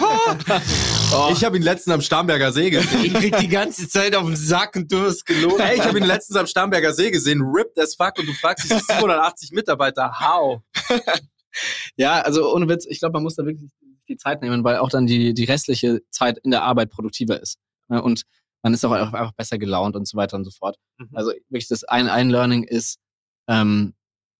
Oh. Ich habe ihn letztens am Starnberger See gesehen. Ich krieg die ganze Zeit auf den Sack und du hast gelogen. Hey, ich habe ihn letztens am Starnberger See gesehen, ripped as fuck, und du fragst dich, siebenhundertachtzig Mitarbeiter, how? Ja, also ohne Witz, ich glaube, man muss da wirklich die Zeit nehmen, weil auch dann die, die restliche Zeit in der Arbeit produktiver ist. Ne? Und man ist auch einfach besser gelaunt und so weiter und so fort. Mhm. Also wirklich das ein, ein Learning ist, ähm,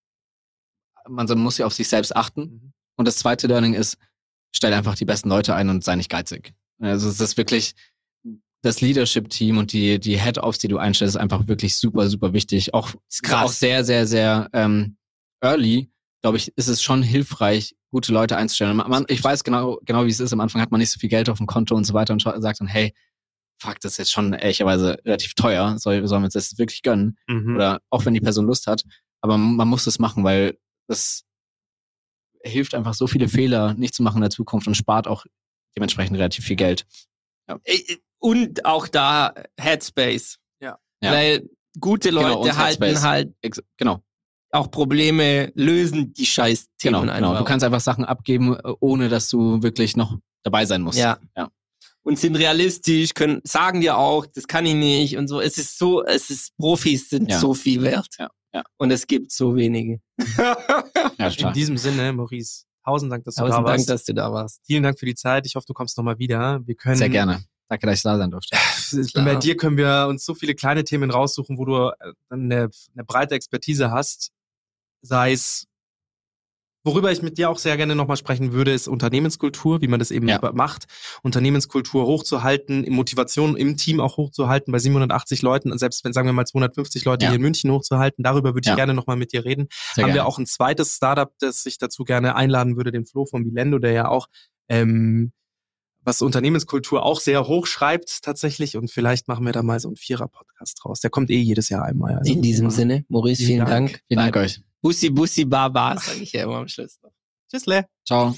man so- muss ja auf sich selbst achten. Mhm. Und das zweite Learning ist, stell einfach die besten Leute ein und sei nicht geizig. Also es ist wirklich das Leadership-Team und die, die Head-Offs, die du einstellst, ist einfach wirklich super, super wichtig. Auch, krass. auch sehr, sehr, sehr ähm, early, glaube ich, ist es schon hilfreich, gute Leute einzustellen. Man, man, ich weiß genau, genau, wie es ist. Am Anfang hat man nicht so viel Geld auf dem Konto und so weiter und scha- sagt dann, hey, fuck, das ist jetzt schon ehrlicherweise relativ teuer. Soll, sollen wir uns das wirklich gönnen? Mhm. Oder auch wenn die Person Lust hat. Aber man muss das machen, weil das hilft einfach, so viele Fehler nicht zu machen in der Zukunft und spart auch dementsprechend relativ viel Geld. Äh, Und auch da Headspace. Ja. Ja. Weil gute Genau, Leute und halten Headspace. halt Ex- Genau, auch Probleme, lösen die scheiß genau, Themen genau. einfach. Du kannst einfach Sachen abgeben, äh, ohne dass du wirklich noch dabei sein musst. Ja. Ja. Und sind realistisch, können, sagen dir auch, das kann ich nicht und so. Es ist so, es ist, Profis sind Ja. so viel wert. Ja, ja. Und es gibt so wenige. Ja, In total. diesem Sinne, Maurice, tausend Dank, dass du Tausend da Dank, warst. dass du da warst. Vielen Dank für die Zeit. Ich hoffe, du kommst nochmal wieder. Wir können, Sehr gerne. Danke, dass ich da sein durfte. Bei Klar. dir können wir uns so viele kleine Themen raussuchen, wo du äh, eine, eine breite Expertise hast. Sei es, worüber ich mit dir auch sehr gerne nochmal sprechen würde, ist Unternehmenskultur, wie man das eben Ja. macht. Unternehmenskultur hochzuhalten, Motivation im Team auch hochzuhalten, bei siebenhundertachtzig Leuten, selbst wenn, sagen wir mal, zweihundertfünfzig Leute Ja. hier in München hochzuhalten. Darüber würde ich Ja. gerne nochmal mit dir reden. Sehr Haben gerne. wir auch ein zweites Startup, das ich dazu gerne einladen würde, den Flo von Bilendo, der ja auch ähm, was Unternehmenskultur auch sehr hoch schreibt tatsächlich, und vielleicht machen wir da mal so einen Vierer-Podcast draus. Der kommt eh jedes Jahr einmal. Also In diesem immer. Sinne, Maurice, Vielen vielen Dank. Dank. Vielen Dank euch. Bussi, Bussi, Baba, sage ich ja immer am Schluss noch. Tschüssle. Ciao.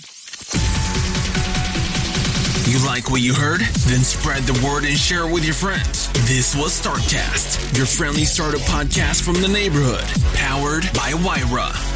You like what you heard? Then spread the word and share it with your friends. This was StartCast, your friendly startup podcast from the neighborhood, powered by Wyra.